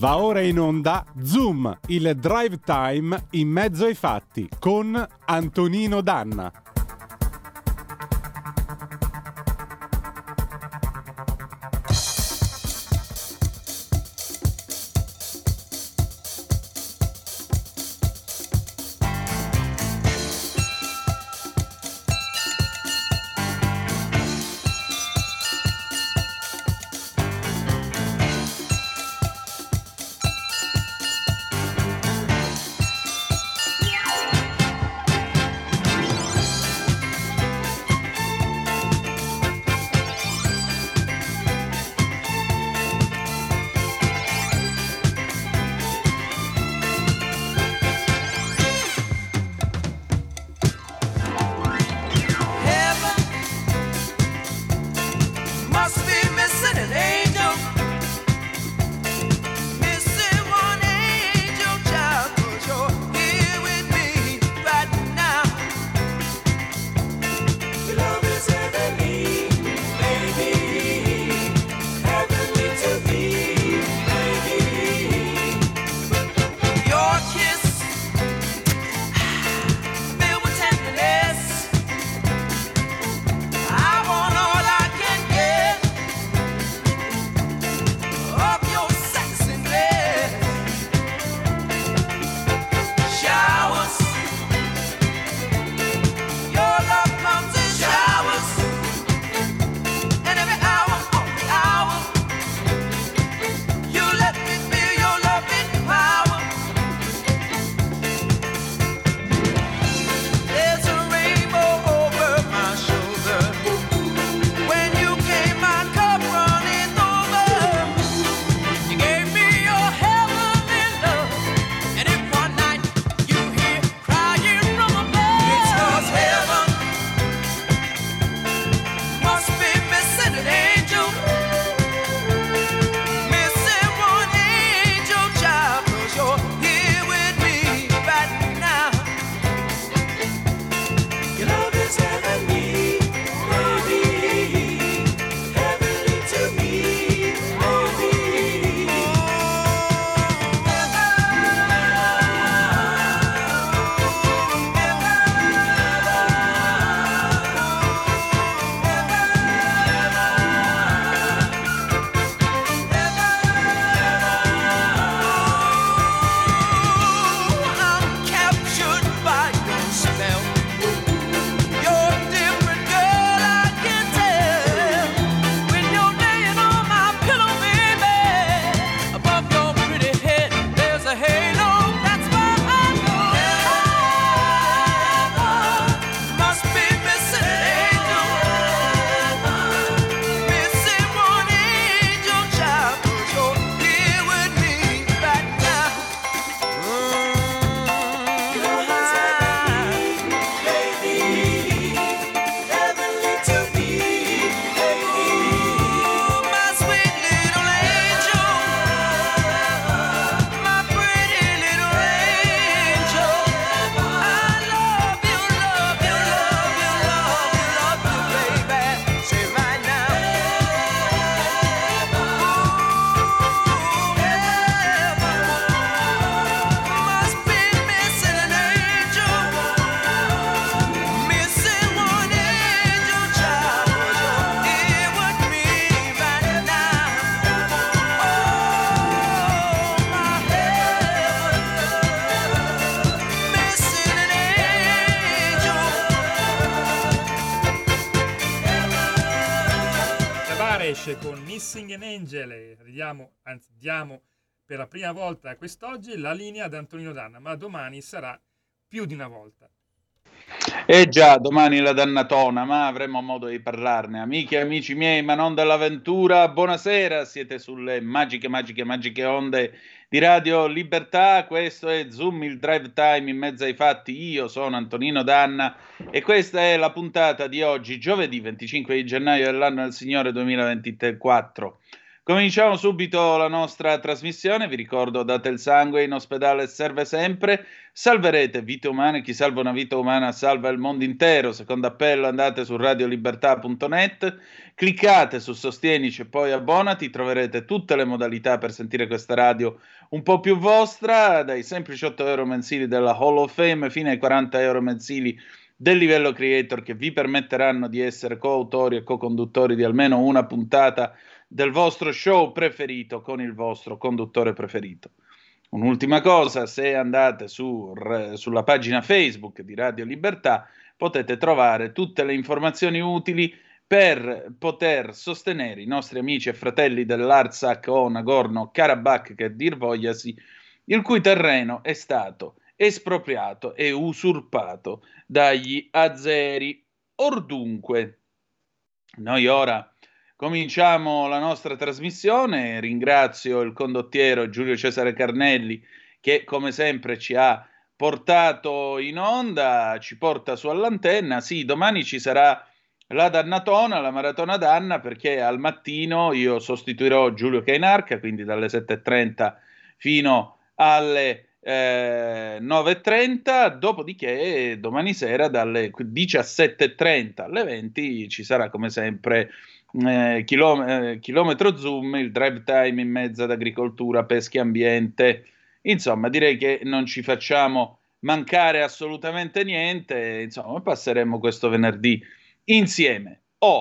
Va ora in onda Zoom, il drive time in mezzo ai fatti con Antonino Danna. Con Missing an Angel e diamo per la prima volta quest'oggi la linea ad Antonino Danna, ma domani sarà più di una volta. Già, domani la dannatona, ma avremo modo di parlarne. Amiche e amici miei, ma non dell'avventura, buonasera, siete sulle magiche onde di Radio Libertà. Questo è Zoom, il drive time in mezzo ai fatti. Io sono Antonino Danna e questa è la puntata di oggi, giovedì 25 di gennaio dell'anno del Signore 2024. Cominciamo subito la nostra trasmissione. Vi ricordo, date il sangue, in ospedale serve sempre. Salverete vite umane, chi salva una vita umana salva il mondo intero. Secondo appello, andate su radiolibertà.net, cliccate su Sostienici e poi abbonati, troverete tutte le modalità per sentire questa radio un po' più vostra, dai semplici 8 euro mensili della Hall of Fame fino ai 40 euro mensili del livello creator, che vi permetteranno di essere coautori e co-conduttori di almeno una puntata del vostro show preferito con il vostro conduttore preferito. Un'ultima cosa, se andate sulla pagina Facebook di Radio Libertà potete trovare tutte le informazioni utili per poter sostenere i nostri amici e fratelli dell'Artsakh o Nagorno-Karabakh, che dir vogliasi, il cui terreno è stato espropriato e usurpato dagli azeri. Ordunque, noi ora cominciamo la nostra trasmissione. Ringrazio il condottiero Giulio Cesare Carnelli, che come sempre ci ha portato in onda, ci porta su all'antenna. Sì, domani ci sarà la Dannatona, la Maratona Danna, perché al mattino io sostituirò Giulio Cainarca, quindi dalle 7:30 fino alle 9:30, dopodiché domani sera dalle 17:30 alle 20 ci sarà come sempre chilometro Zoom, il drive time in mezzo ad agricoltura, pesca e ambiente. Insomma, direi che non ci facciamo mancare assolutamente niente. Insomma, passeremo questo venerdì insieme.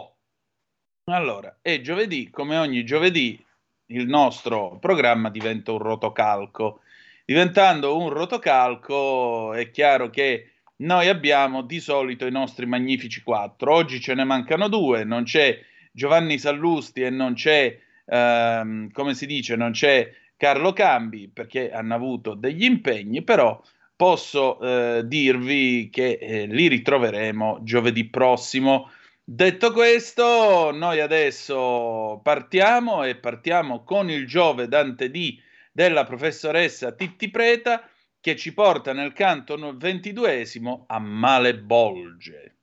Allora, è giovedì, come ogni giovedì il nostro programma diventa un rotocalco. Diventando un rotocalco è chiaro che noi abbiamo di solito i nostri magnifici 4. Oggi ce ne mancano 2, non c'è Giovanni Sallusti e non c'è, come si dice, non c'è Carlo Cambi, perché hanno avuto degli impegni, però posso dirvi che li ritroveremo giovedì prossimo. Detto questo, noi adesso partiamo con il Giove Dante D della professoressa Titti Preta, che ci porta nel canto 22esimo a Malebolge.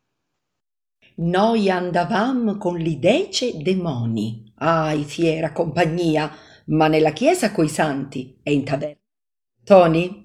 Noi andavamo con l'idece demoni, ai fiera compagnia, ma nella chiesa coi santi e in taverna. Tony?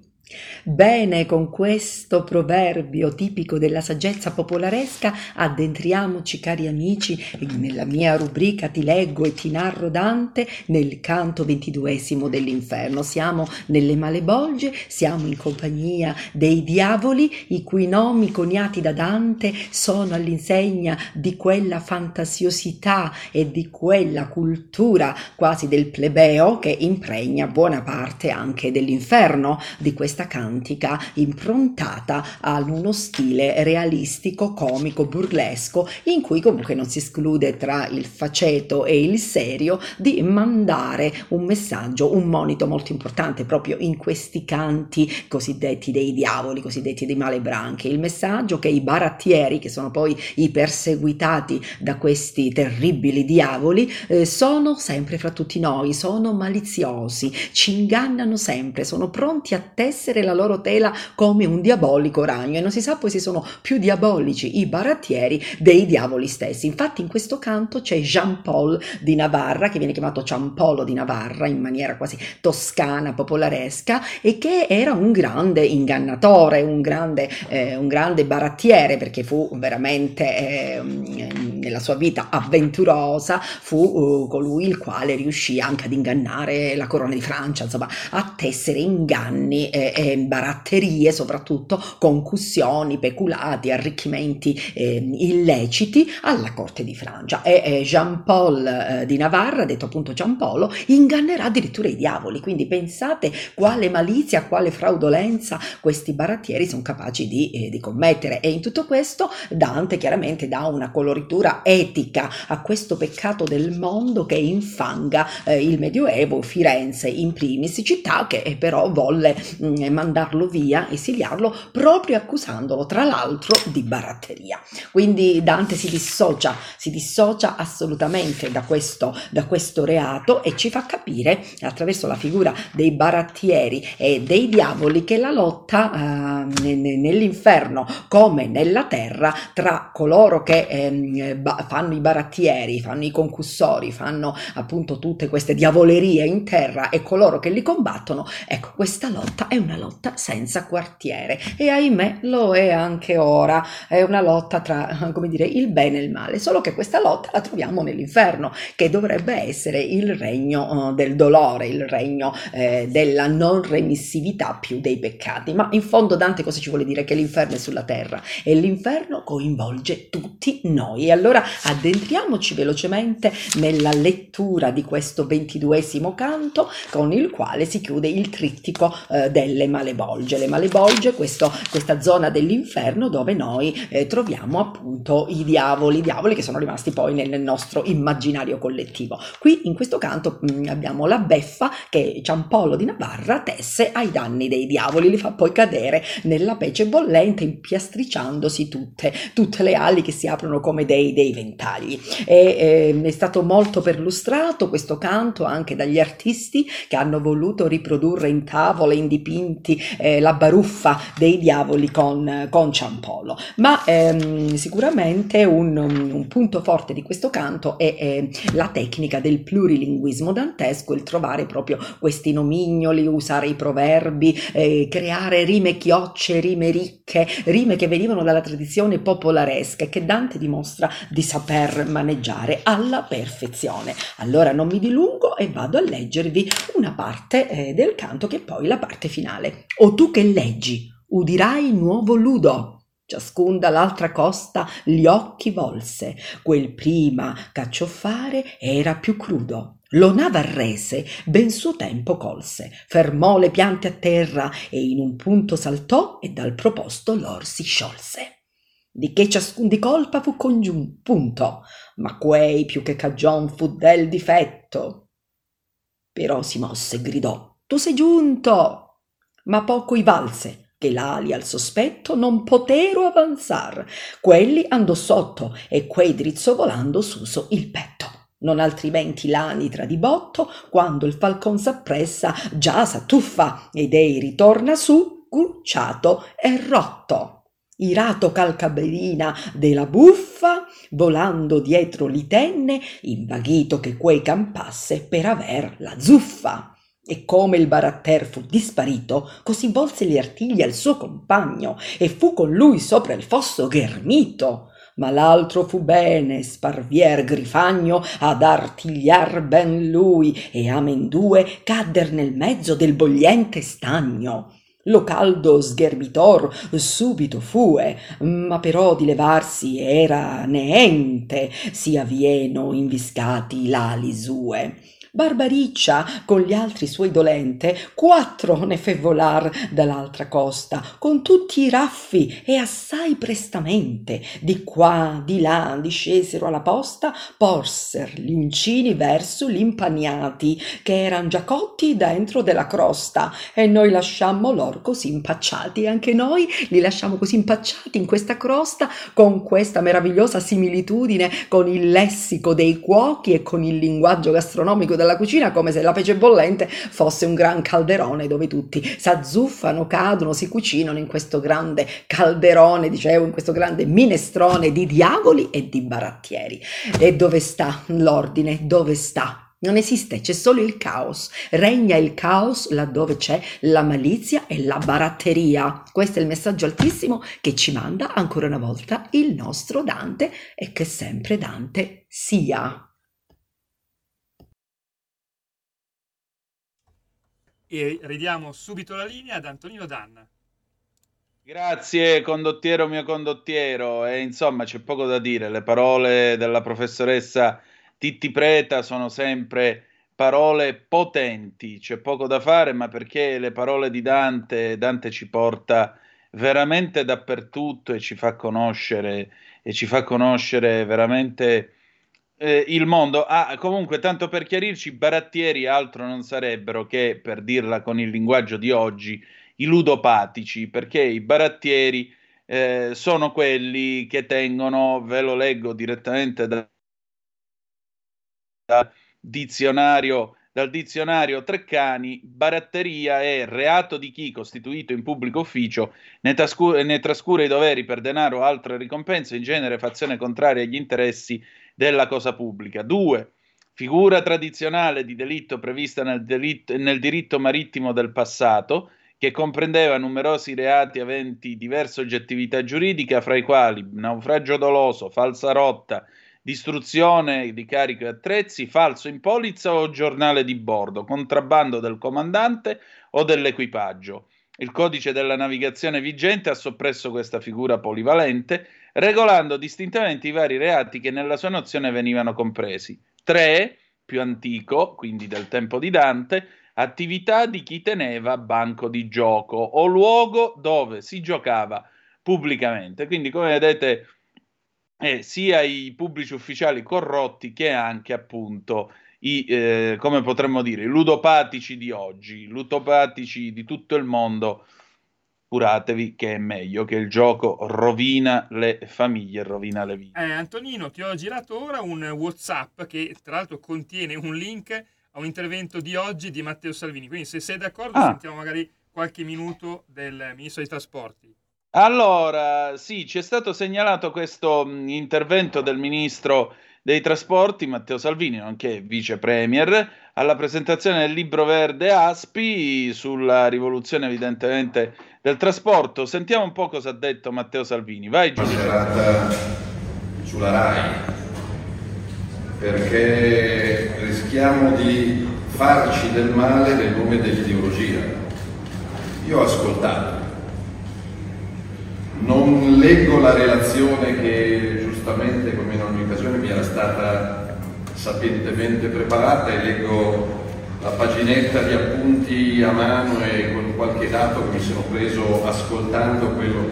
Bene, con questo proverbio tipico della saggezza popolaresca addentriamoci, cari amici, nella mia rubrica Ti leggo e ti narro Dante nel canto 22esimo dell'inferno. Siamo nelle Malebolge, siamo in compagnia dei diavoli, i cui nomi coniati da Dante sono all'insegna di quella fantasiosità e di quella cultura quasi del plebeo che impregna buona parte anche dell'inferno di questa cantica improntata ad uno stile realistico, comico, burlesco, in cui comunque non si esclude tra il faceto e il serio di mandare un messaggio, un monito molto importante proprio in questi canti cosiddetti dei diavoli, cosiddetti dei malebranchi. Il messaggio che i barattieri, che sono poi i perseguitati da questi terribili diavoli, sono sempre fra tutti noi, sono maliziosi, ci ingannano sempre, sono pronti a tessere la loro tela come un diabolico ragno, e non si sa poi se sono più diabolici i barattieri dei diavoli stessi. Infatti in questo canto c'è Jean Paul di Navarra, che viene chiamato Ciampolo di Navarra in maniera quasi toscana, popolaresca, e che era un grande ingannatore, un grande barattiere, perché fu veramente nella sua vita avventurosa, fu colui il quale riuscì anche ad ingannare la corona di Francia, insomma a tessere inganni baratterie, soprattutto concussioni, peculati, arricchimenti illeciti alla corte di Francia. E Jean Paul di Navarra, detto appunto Ciampolo, ingannerà addirittura i diavoli. Quindi pensate quale malizia, quale fraudolenza questi barattieri sono capaci di commettere. E in tutto questo Dante chiaramente dà una coloritura etica a questo peccato del mondo che infanga il Medioevo, Firenze in primis, città che però volle mandarlo via, esiliarlo, proprio accusandolo tra l'altro di baratteria. Quindi Dante si dissocia assolutamente da questo reato, e ci fa capire attraverso la figura dei barattieri e dei diavoli che la lotta nell'inferno come nella terra, tra coloro che fanno i barattieri, fanno i concussori, fanno appunto tutte queste diavolerie in terra e coloro che li combattono. Ecco, questa lotta è una lotta senza quartiere e ahimè lo è anche ora, è una lotta tra, come dire, il bene e il male, solo che questa lotta la troviamo nell'inferno, che dovrebbe essere il regno del dolore, il regno della non remissività più dei peccati. Ma in fondo Dante cosa ci vuole dire? Che l'inferno è sulla terra e l'inferno coinvolge tutti noi. E allora addentriamoci velocemente nella lettura di questo 22esimo canto, con il quale si chiude il trittico delle malebolge. Le malebolge, questa zona dell'inferno dove noi troviamo appunto i diavoli che sono rimasti poi nel nostro immaginario collettivo. Qui in questo canto abbiamo la beffa che Ciampollo di Navarra tesse ai danni dei diavoli, li fa poi cadere nella pece bollente, impiastricciandosi tutte le ali che si aprono come dei ventagli. È stato molto perlustrato questo canto anche dagli artisti che hanno voluto riprodurre in tavole, in dipinti, la baruffa dei diavoli con Ciampollo. Ma sicuramente un punto forte di questo canto è la tecnica del plurilinguismo dantesco, il trovare proprio questi nomignoli, usare i proverbi, creare rime chiocce, rime ricche, rime che venivano dalla tradizione popolaresca e che Dante dimostra di saper maneggiare alla perfezione. Allora non mi dilungo e vado a leggervi una parte del canto che è poi la parte finale. O tu che leggi, udirai nuovo ludo. Ciascun dall'altra costa gli occhi volse, quel prima caccioffare era più crudo. Lo navarrese ben suo tempo colse, fermò le piante a terra e in un punto saltò e dal proposto lor si sciolse. Di che ciascun di colpa fu punto, ma quei più che cagion fu del difetto. Però si mosse e gridò: tu sei giunto! Ma poco i valse, che l'ali al sospetto non potero avanzar. Quelli andò sotto e quei drizzo volando suso il petto. Non altrimenti l'anitra di botto, quando il falcon s'appressa, già s'attuffa ed ei ritorna su, gunciato e rotto. Irato calcaberina della buffa, volando dietro li tenne, invaghito che quei campasse per aver la zuffa. E come il baratter fu disparito, così volse le artiglie al suo compagno e fu con lui sopra il fosso ghermito. Ma l'altro fu bene sparvier grifagno ad artigliar ben lui e amendue cadder nel mezzo del bogliente stagno. Lo caldo sgherbitor subito fue, ma però di levarsi era neente, si avieno inviscati l'ali sue. Barbariccia con gli altri suoi dolente 4 ne fe volar dall'altra costa con tutti i raffi e assai prestamente di qua di là discesero alla posta, porser gli uncini verso l'impaniati che eran già cotti dentro della crosta e noi lasciammo lor così impacciati. Anche noi li lasciamo così impacciati in questa crosta, con questa meravigliosa similitudine con il lessico dei cuochi e con il linguaggio gastronomico della cucina, come se la pece bollente fosse un gran calderone dove tutti s'azzuffano, cadono, si cucinano in questo grande calderone, dicevo, in questo grande minestrone di diavoli e di barattieri. E dove sta l'ordine? Dove sta? Non esiste, c'è solo il caos. Regna il caos laddove c'è la malizia e la baratteria. Questo è il messaggio altissimo che ci manda ancora una volta il nostro Dante, e che sempre Dante sia. E ridiamo subito la linea ad Antonino Danna. Grazie condottiero mio condottiero, e insomma c'è poco da dire, le parole della professoressa Titti Preta sono sempre parole potenti, c'è poco da fare, ma perché le parole di Dante ci porta veramente dappertutto e ci fa conoscere veramente il mondo. Comunque, tanto per chiarirci, barattieri altro non sarebbero che, per dirla con il linguaggio di oggi, i ludopatici, perché i barattieri sono quelli che tengono, ve lo leggo direttamente da dizionario dal dizionario Treccani, baratteria è reato di chi, costituito in pubblico ufficio, ne trascura i doveri per denaro o altre ricompense, in genere fazione contraria agli interessi della cosa pubblica. 2. Figura tradizionale di delitto prevista nel diritto marittimo del passato, che comprendeva numerosi reati aventi diverse oggettività giuridica, fra i quali naufragio doloso, falsa rotta, distruzione di carico e attrezzi, falso in polizza o giornale di bordo, contrabbando del comandante o dell'equipaggio. Il codice della navigazione vigente ha soppresso questa figura polivalente, regolando distintamente i vari reati che nella sua nozione venivano compresi. 3, più antico, quindi del tempo di Dante, attività di chi teneva banco di gioco o luogo dove si giocava pubblicamente. Quindi, come vedete, sia i pubblici ufficiali corrotti che anche appunto come potremmo dire, i ludopatici di oggi, i ludopatici di tutto il mondo. Curatevi che è meglio, che il gioco rovina le famiglie, rovina le vite. Antonino, ti ho girato ora un WhatsApp che tra l'altro contiene un link a un intervento di oggi di Matteo Salvini, quindi se sei d'accordo sentiamo magari qualche minuto del Ministro dei Trasporti. Allora, sì, ci è stato segnalato questo intervento del Ministro dei Trasporti, Matteo Salvini, nonché Vice Premier, alla presentazione del libro verde ASPI sulla rivoluzione evidentemente del trasporto. Sentiamo un po' cosa ha detto Matteo Salvini. Vai, Giulio. Una serata sulla RAI, perché rischiamo di farci del male nel nome dell'ideologia. Io ho ascoltato. Non leggo la relazione che giustamente, come in ogni occasione, mi era stata sapientemente preparata, e leggo la paginetta di appunti a mano e con qualche dato che mi sono preso ascoltando quello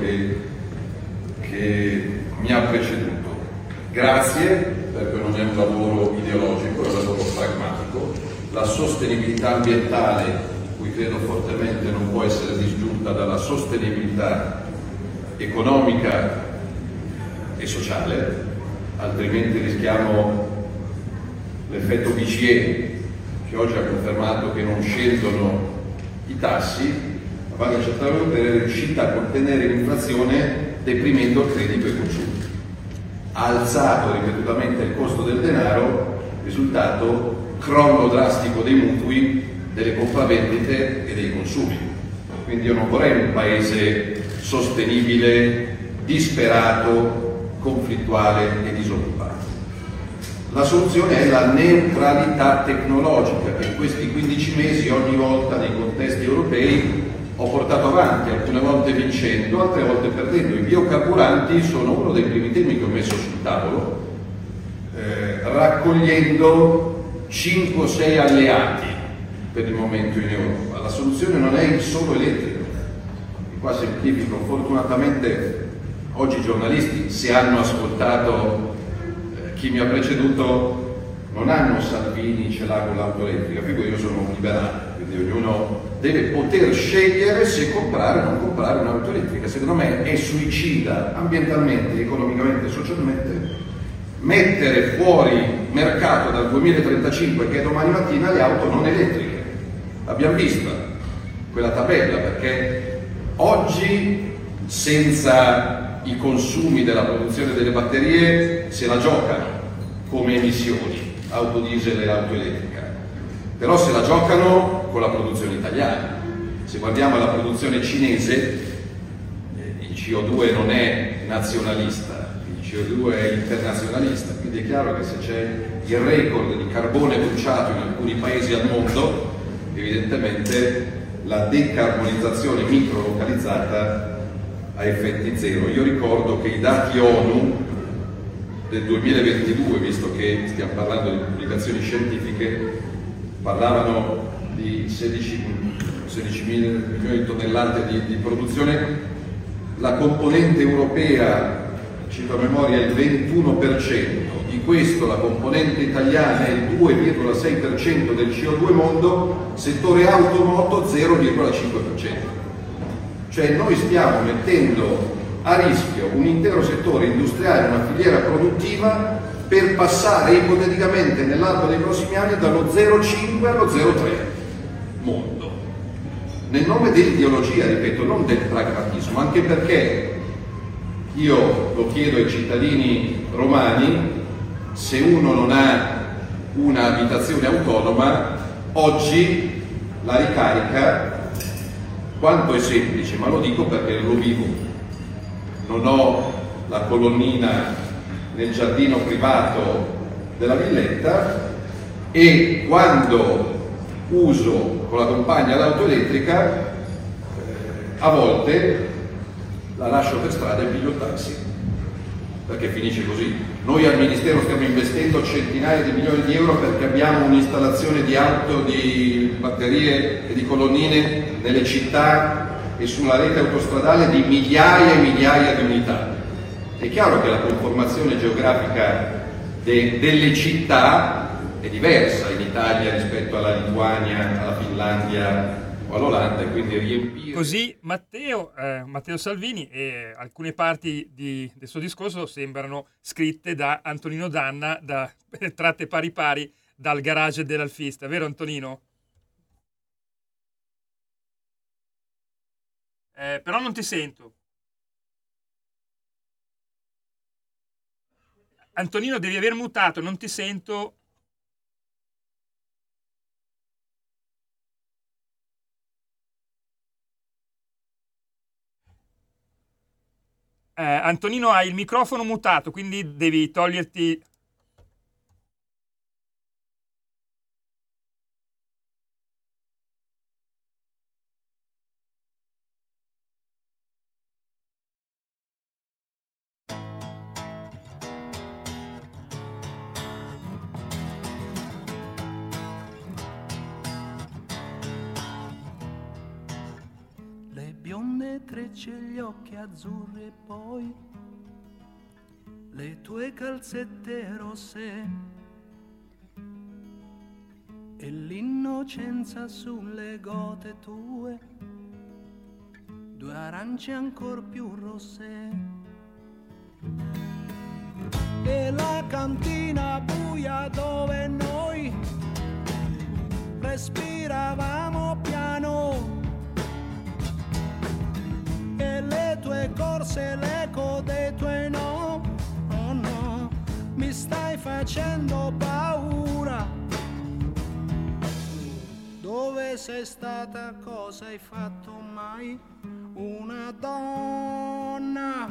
che mi ha preceduto. Grazie, perché non è un lavoro ideologico, è un lavoro pragmatico. La sostenibilità ambientale, cui credo fortemente, non può essere disgiunta dalla sostenibilità economica e sociale, altrimenti rischiamo l'effetto BCE, che oggi ha confermato che non scendono i tassi. La Banca Centrale Europea è riuscita a contenere l'inflazione deprimendo il credito e i consumi. Ha alzato ripetutamente il costo del denaro, risultato crollo drastico dei mutui, delle compravendite e dei consumi. Quindi io non vorrei un paese sostenibile, disperato, conflittuale e disoccupato. La soluzione è la neutralità tecnologica, che in questi 15 mesi ogni volta nei contesti europei ho portato avanti, alcune volte vincendo, altre volte perdendo. I biocarburanti sono uno dei primi temi che ho messo sul tavolo, raccogliendo 5 o 6 alleati per il momento in Europa. La soluzione non è il solo elettrico. Qua semplifico, fortunatamente oggi i giornalisti, se hanno ascoltato chi mi ha preceduto, non hanno Salvini ce l'ha con l'auto elettrica, perché io sono un liberale, quindi ognuno deve poter scegliere se comprare o non comprare un'auto elettrica. Secondo me è suicida ambientalmente, economicamente e socialmente mettere fuori mercato dal 2035, che è domani mattina, le auto non elettriche. L'abbiamo vista quella tabella, perché oggi senza i consumi della produzione delle batterie se la giocano come emissioni, auto diesel e auto elettrica, però se la giocano con la produzione italiana. Se guardiamo la produzione cinese, il CO2 non è nazionalista, il CO2 è internazionalista, quindi è chiaro che se c'è il record di carbone bruciato in alcuni paesi al mondo, evidentemente la decarbonizzazione microlocalizzata ha effetti zero. Io ricordo che i dati ONU del 2022, visto che stiamo parlando di pubblicazioni scientifiche, parlavano di 16 milioni di tonnellate di produzione. La componente europea, cito a memoria, è il 21%, di questo la componente italiana è il 2,6% del CO2 mondo, settore automoto 0,5%. Cioè noi stiamo mettendo a rischio un intero settore industriale, una filiera produttiva, per passare ipoteticamente nell'arco dei prossimi anni dallo 0,5 allo 0,3 mondo. Nel nome dell'ideologia, ripeto, non del pragmatismo, anche perché io lo chiedo ai cittadini romani, se uno non ha un'abitazione autonoma, oggi la ricarica, quanto è semplice, ma lo dico perché lo vivo. Non ho la colonnina nel giardino privato della villetta e quando uso con la compagna l'auto elettrica, a volte la lascio per strada e piglio il taxi, perché finisce così. Noi al Ministero stiamo investendo centinaia di milioni di euro perché abbiamo un'installazione di auto, di batterie e di colonnine nelle città e sulla rete autostradale di migliaia e migliaia di unità. È chiaro che la conformazione geografica delle città è diversa in Italia rispetto alla Lituania, alla Finlandia o all'Olanda, e quindi riempire... Così Matteo Salvini, e alcune parti del suo discorso sembrano scritte da Antonino Danna, tratte pari pari dal garage dell'Alfista, vero Antonino? Però non ti sento. Antonino, devi aver mutato, non ti sento. Antonino, hai il microfono mutato, quindi devi toglierti. Trecce, gli occhi azzurri e poi le tue calzette rosse e l'innocenza sulle gote tue, due arance ancor più rosse e la cantina buia dove noi respiravamo piano e le tue corse, l'eco dei tuoi no, oh no, mi stai facendo paura. Dove sei stata, cosa hai fatto mai? Una donna.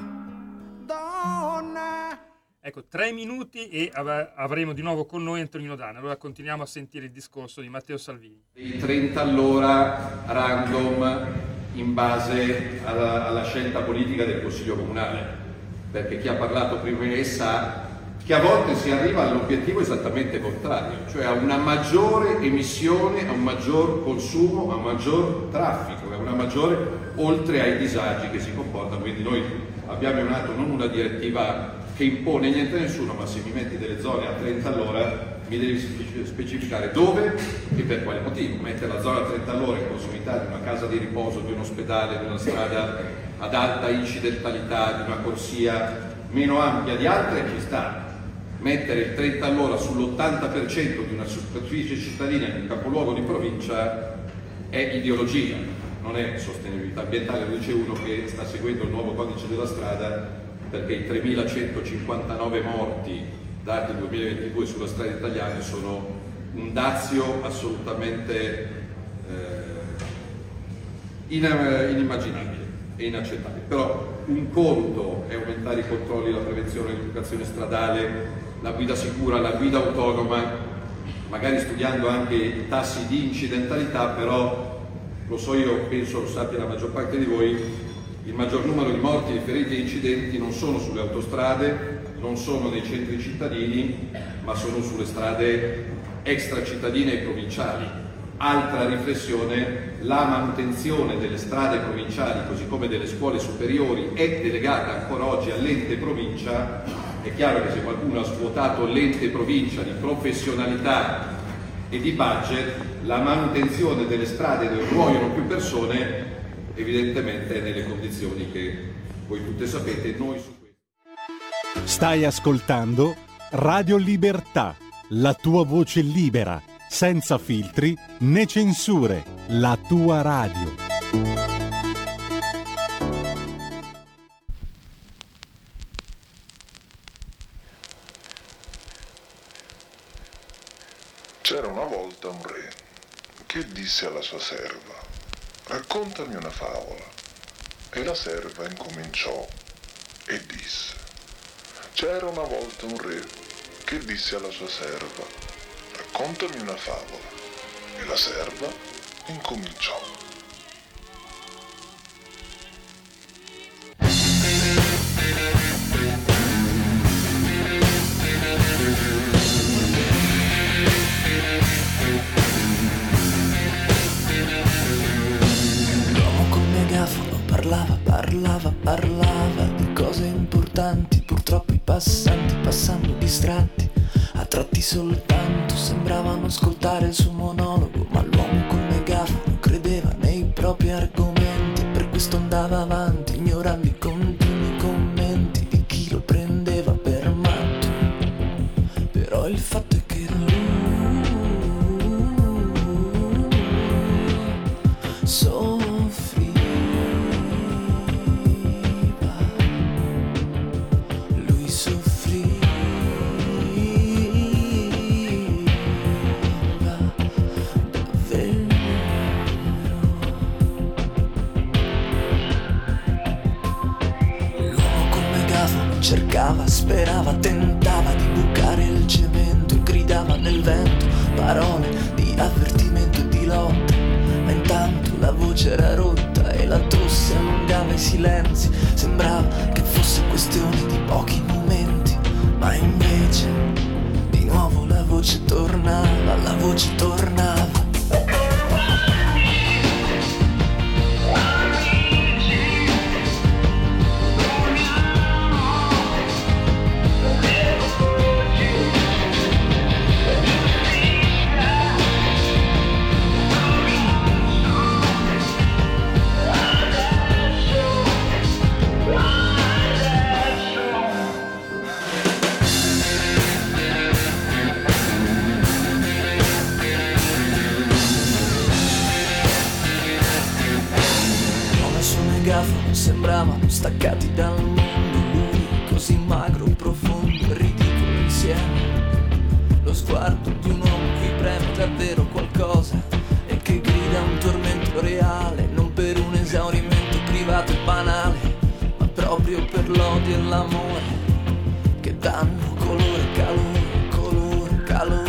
Ecco, 3 minuti e avremo di nuovo con noi Antonino Danna. Allora continuiamo a sentire il discorso di Matteo Salvini. I 30 all'ora random in base alla scelta politica del Consiglio Comunale, perché chi ha parlato prima di me sa che a volte si arriva all'obiettivo esattamente contrario, cioè a una maggiore emissione, a un maggior consumo, a un maggior traffico, a una maggiore, oltre ai disagi che si comportano. Quindi noi abbiamo emanato non una direttiva che impone niente a nessuno, ma se mi metti delle zone a 30 all'ora mi devi specificare dove e per quale motivo. Mettere la zona a 30 all'ora in prossimità di una casa di riposo, di un ospedale, di una strada ad alta incidentalità, di una corsia meno ampia di altre ci sta. Mettere il 30 all'ora sull'80% di una superficie cittadina in un capoluogo di provincia è ideologia, non è sostenibilità ambientale. Lo dice uno che sta seguendo il nuovo codice della strada, perché i 3.159 morti dati nel 2022 sulla strada italiana sono un dazio assolutamente inimmaginabile e inaccettabile. Però un conto è aumentare i controlli, la prevenzione, l'educazione stradale, la guida sicura, la guida autonoma, magari studiando anche i tassi di incidentalità, però lo so io, penso lo sappia la maggior parte di voi, il maggior numero di morti, di feriti e incidenti non sono sulle autostrade, non sono nei centri cittadini, ma sono sulle strade extracittadine e provinciali. Altra riflessione, la manutenzione delle strade provinciali, così come delle scuole superiori, è delegata ancora oggi all'ente provincia. È chiaro che se qualcuno ha svuotato l'ente provincia di professionalità e di budget, la manutenzione delle strade dove muoiono più persone evidentemente è nelle condizioni che voi tutte sapete. Noi su questo. Stai ascoltando Radio Libertà, la tua voce libera, senza filtri né censure, la tua radio. C'era una volta un re che disse alla sua serva: raccontami una favola. E la serva incominciò e disse: c'era una volta un re che disse alla sua serva: raccontami una favola. E la serva incominciò. Parlava di cose importanti, purtroppo i passanti, passando distratti, a tratti soltanto sembravano ascoltare il suo monologo, ma l'uomo col megafono credeva nei propri argomenti e per questo andava avanti, ignorando i continui commenti di chi lo prendeva per matto. Però il fatto è che lui cercava, sperava, tentava di bucare il cemento e gridava nel vento parole di avvertimento e di lotta, ma intanto la voce era rotta e la tosse allungava i silenzi, sembrava che fosse questione di pochi momenti, ma invece di nuovo la voce tornava, la voce tornava. Sembravano staccati dal mondo, lui così magro, profondo e ridicolo insieme. Lo sguardo di un uomo cui preme davvero qualcosa e che grida un tormento reale, non per un esaurimento privato e banale, ma proprio per l'odio e l'amore che danno colore, calore, colore, calore.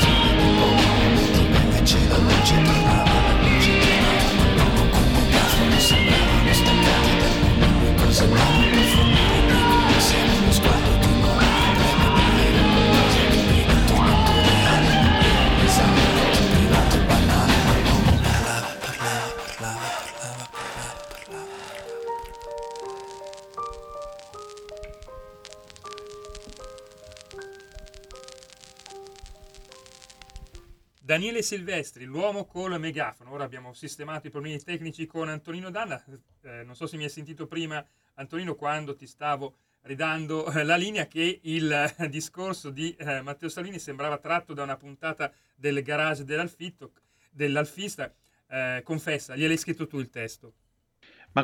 C'è la luce tornava, la luce tornava, ma l'uomo con megafono Daniele Silvestri, l'uomo col megafono. Ora abbiamo sistemato i problemi tecnici con Antonino Danna. Non so se mi hai sentito prima, Antonino, quando ti stavo ridando la linea, che il discorso di Matteo Salvini sembrava tratto da una puntata del garage dell'Alfista. Confessa, gliel'hai scritto tu il testo? Ma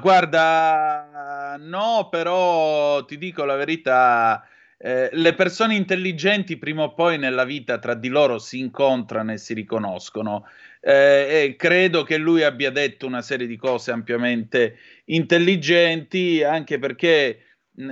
guarda, no, però ti dico la verità, le persone intelligenti prima o poi nella vita tra di loro si incontrano e si riconoscono. E credo che lui abbia detto una serie di cose ampiamente intelligenti, anche perché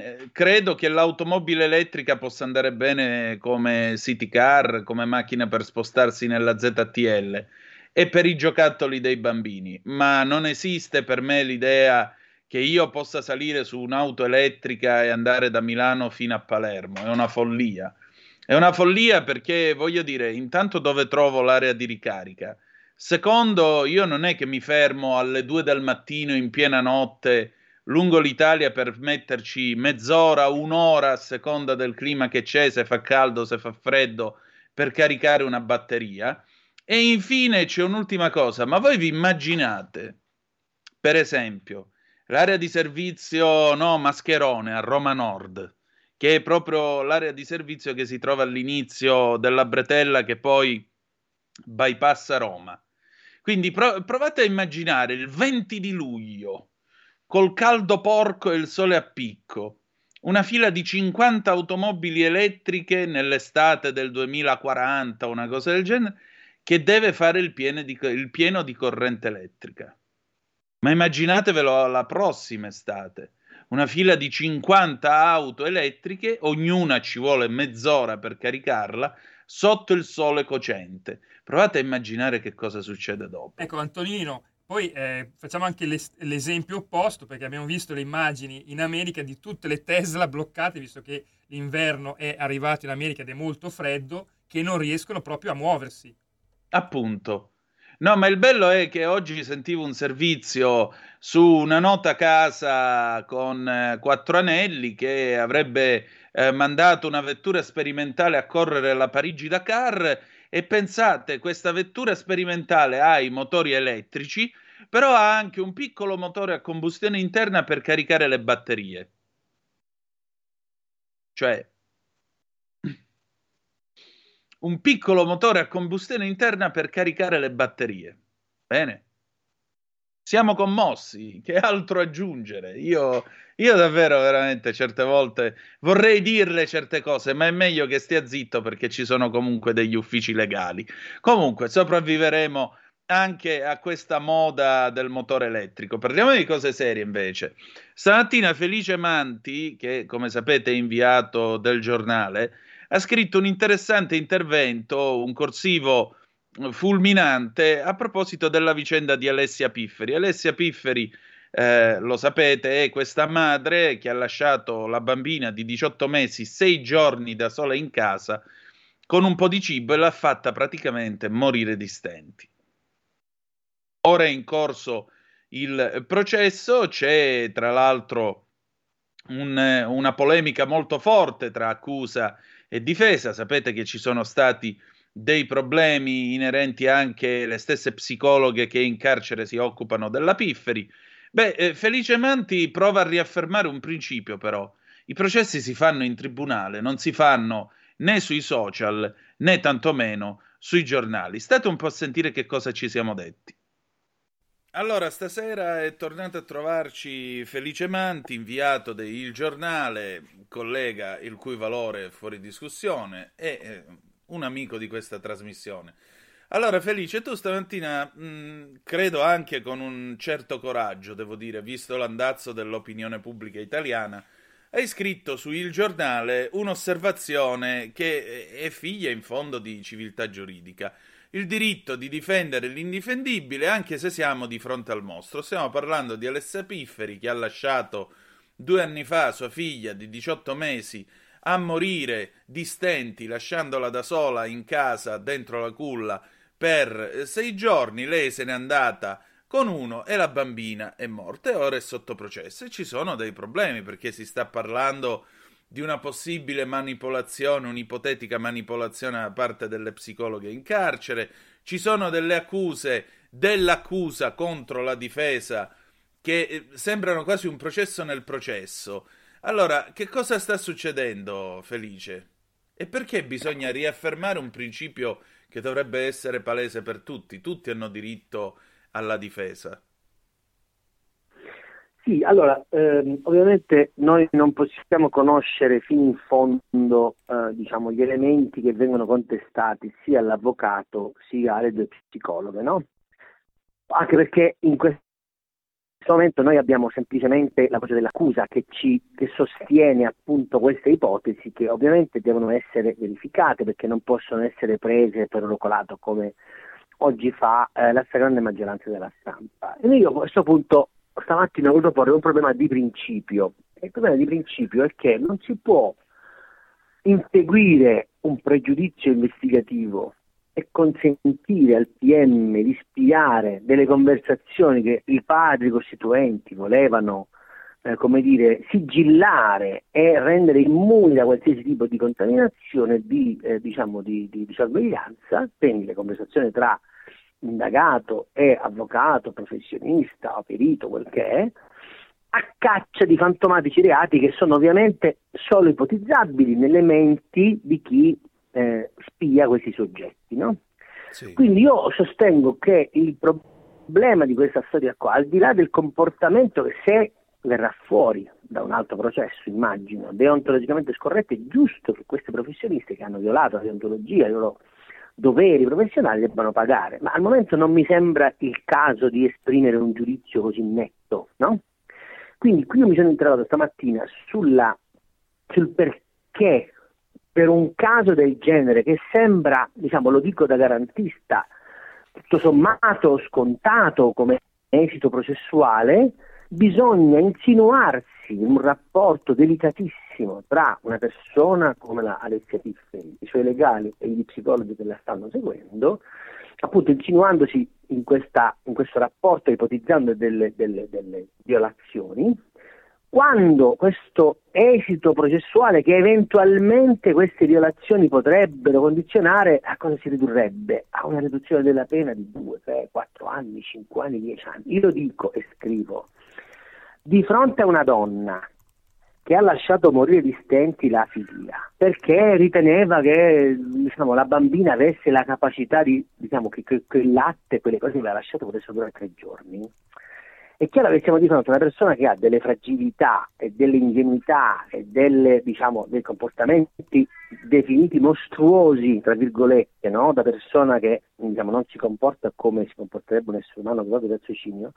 credo che l'automobile elettrica possa andare bene come city car, come macchina per spostarsi nella ZTL e per i giocattoli dei bambini, ma non esiste per me l'idea che io possa salire su un'auto elettrica e andare da Milano fino a Palermo. È una follia. È una follia perché, voglio dire, intanto dove trovo l'area di ricarica? Secondo, io non è che mi fermo alle 2 del mattino in piena notte lungo l'Italia per metterci mezz'ora, un'ora a seconda del clima che c'è, se fa caldo, se fa freddo, per caricare una batteria. E infine c'è un'ultima cosa, ma voi vi immaginate, per esempio, l'area di servizio, no, Mascherone a Roma Nord, che è proprio l'area di servizio che si trova all'inizio della bretella che poi bypassa Roma. Quindi provate a immaginare il 20 di luglio, col caldo porco e il sole a picco, una fila di 50 automobili elettriche nell'estate del 2040, una cosa del genere, che deve fare il pieno di corrente elettrica. Ma immaginatevelo la prossima estate, una fila di 50 auto elettriche, ognuna ci vuole mezz'ora per caricarla, sotto il sole cocente. Provate a immaginare che cosa succede dopo. Ecco, Antonino, poi facciamo anche l'esempio opposto, perché abbiamo visto le immagini in America di tutte le Tesla bloccate, visto che l'inverno è arrivato in America ed è molto freddo, che non riescono proprio a muoversi. Appunto. No, ma il bello è che oggi sentivo un servizio su una nota casa con 4 anelli che avrebbe mandato una vettura sperimentale a correre la Parigi-Dakar, e pensate, questa vettura sperimentale ha i motori elettrici, però ha anche un piccolo motore a combustione interna per caricare le batterie. Cioè, un piccolo motore a combustione interna per caricare le batterie. Bene. Siamo commossi, che altro aggiungere? Io davvero, veramente, certe volte vorrei dirle certe cose, ma è meglio che stia zitto perché ci sono comunque degli uffici legali. Comunque, sopravviveremo anche a questa moda del motore elettrico. Parliamo di cose serie invece. Stamattina Felice Manti, che come sapete è inviato del Giornale, ha scritto un interessante intervento, un corsivo fulminante a proposito della vicenda di Alessia Pifferi. Alessia Pifferi, lo sapete, è questa madre che ha lasciato la bambina di 18 mesi 6 giorni da sola in casa con un po' di cibo e l'ha fatta praticamente morire di stenti. Ora è in corso il processo, c'è tra l'altro una polemica molto forte tra accusa e difesa. Sapete che ci sono stati dei problemi inerenti anche alle stesse psicologhe che in carcere si occupano della Pifferi. Felice Manti prova a riaffermare un principio, però. I processi si fanno in tribunale, non si fanno né sui social né tantomeno sui giornali. State un po' a sentire che cosa ci siamo detti. Allora, stasera è tornato a trovarci Felice Manti, inviato del Il Giornale, collega il cui valore è fuori discussione e un amico di questa trasmissione. Allora, Felice, tu stamattina, credo anche con un certo coraggio, devo dire, visto l'andazzo dell'opinione pubblica italiana, hai scritto su Il Giornale un'osservazione che è figlia in fondo di civiltà giuridica. Il diritto di difendere l'indifendibile anche se siamo di fronte al mostro. Stiamo parlando di Alessia Pifferi, che ha lasciato 2 anni fa sua figlia di 18 mesi a morire di stenti, lasciandola da sola in casa dentro la culla per 6 giorni. Lei se n'è andata con uno e la bambina è morta e ora è sotto processo. E ci sono dei problemi perché si sta parlando di una possibile manipolazione, un'ipotetica manipolazione da parte delle psicologhe in carcere. Ci sono delle accuse dell'accusa contro la difesa che sembrano quasi un processo nel processo. Allora, che cosa sta succedendo, Felice? E perché bisogna riaffermare un principio che dovrebbe essere palese per tutti? Tutti hanno diritto alla difesa. Sì, allora, ovviamente noi non possiamo conoscere fino in fondo diciamo, gli elementi che vengono contestati sia all'avvocato sia alle due psicologhe, no? Anche perché in questo momento noi abbiamo semplicemente la voce dell'accusa che sostiene appunto queste ipotesi, che ovviamente devono essere verificate perché non possono essere prese per orocolato come oggi fa la stragrande maggioranza della stampa. E io a questo punto stamattina ho voluto porre un problema di principio. E il problema di principio è che non si può inseguire un pregiudizio investigativo e consentire al PM di spiare delle conversazioni che i padri costituenti volevano sigillare e rendere immuni da qualsiasi tipo di contaminazione di sorveglianza, quindi le conversazioni tra indagato e avvocato, professionista o perito, quel che è, a caccia di fantomatici reati che sono ovviamente solo ipotizzabili nelle menti di chi spia questi soggetti, no? Sì. Quindi io sostengo che il problema di questa storia qua, al di là del comportamento che se verrà fuori da un altro processo, immagino, deontologicamente scorretto, è giusto che queste professioniste che hanno violato la deontologia, i loro doveri professionali debbano pagare, ma al momento non mi sembra il caso di esprimere un giudizio così netto, no? Quindi qui io mi sono interrogato stamattina sul perché per un caso del genere che sembra, diciamo, lo dico da garantista, tutto sommato scontato come esito processuale, bisogna insinuarsi in un rapporto delicatissimo tra una persona come la Alessia Pifferi, i suoi legali e gli psicologi che la stanno seguendo, appunto insinuandosi in questo rapporto, ipotizzando delle violazioni, quando questo esito processuale che eventualmente queste violazioni potrebbero condizionare, a cosa si ridurrebbe? A una riduzione della pena di 2, 3, 4 anni, 5 anni, 10 anni. Io lo dico e scrivo, di fronte a una donna che ha lasciato morire di stenti la figlia perché riteneva che, diciamo, la bambina avesse la capacità di, diciamo, che quel latte, quelle cose che l'ha lasciato potessero durare 3 giorni, è chiaro che siamo di fronte a una persona che ha delle fragilità e delle ingenuità e dei comportamenti definiti mostruosi, tra virgolette, no? Da persona che, diciamo, non si comporta come si comporterebbe un essere umano proprio del raziocinio.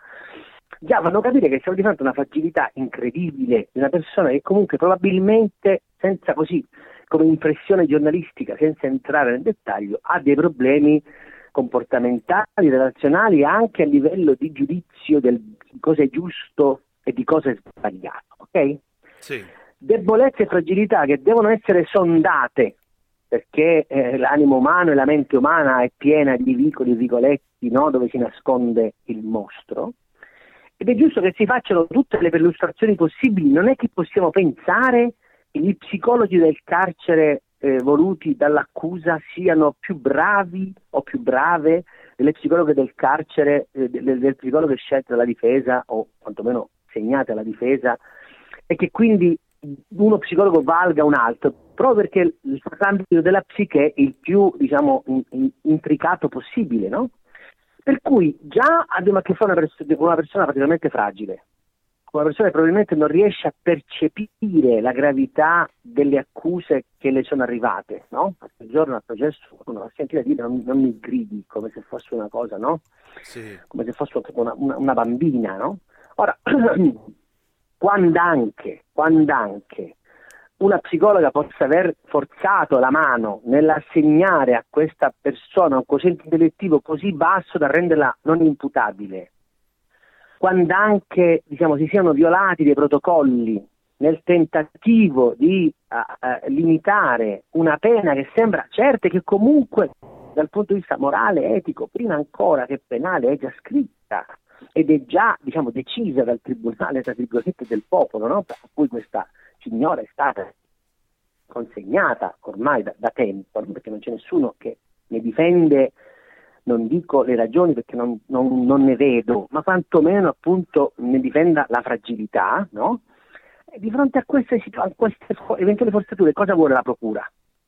Già fanno capire che siamo di fronte a una fragilità incredibile di una persona che comunque probabilmente, senza così come impressione giornalistica, senza entrare nel dettaglio, ha dei problemi comportamentali, relazionali, anche a livello di giudizio di cosa è giusto e di cosa è sbagliato, ok? Sì. Debolezze e fragilità che devono essere sondate, perché l'animo umano e la mente umana è piena di vicoli e vicoletti, no? Dove si nasconde il mostro, ed è giusto che si facciano tutte le perlustrazioni possibili. Non è che possiamo pensare che gli psicologi del carcere voluti dall'accusa siano più bravi o più brave delle psicologhe del carcere, del psicologo scelte dalla difesa o quantomeno segnate alla difesa, e che quindi uno psicologo valga un altro, proprio perché l'ambito della psiche è il più, diciamo, intricato possibile, no? Per cui già abbiamo a che fare con una persona particolarmente fragile, con una persona che probabilmente non riesce a percepire la gravità delle accuse che le sono arrivate, no? Qualche giorno al processo uno ha sentito dire non mi gridi, come se fosse una cosa, no? Sì. Come se fosse una bambina, no? Ora, quando anche una psicologa possa aver forzato la mano nell'assegnare a questa persona un quoziente intellettivo così basso da renderla non imputabile, quando anche, diciamo, si siano violati dei protocolli nel tentativo di limitare una pena che sembra certa e che comunque dal punto di vista morale, etico, prima ancora che penale, è già scritta ed è già, diciamo, decisa dal tribunale, tra virgolette, del popolo, no? Per cui questa signora è stata consegnata ormai da tempo, perché non c'è nessuno che ne difende, non dico le ragioni perché non ne vedo, ma quantomeno appunto ne difenda la fragilità, no? E di fronte a queste eventuali forzature cosa vuole la procura?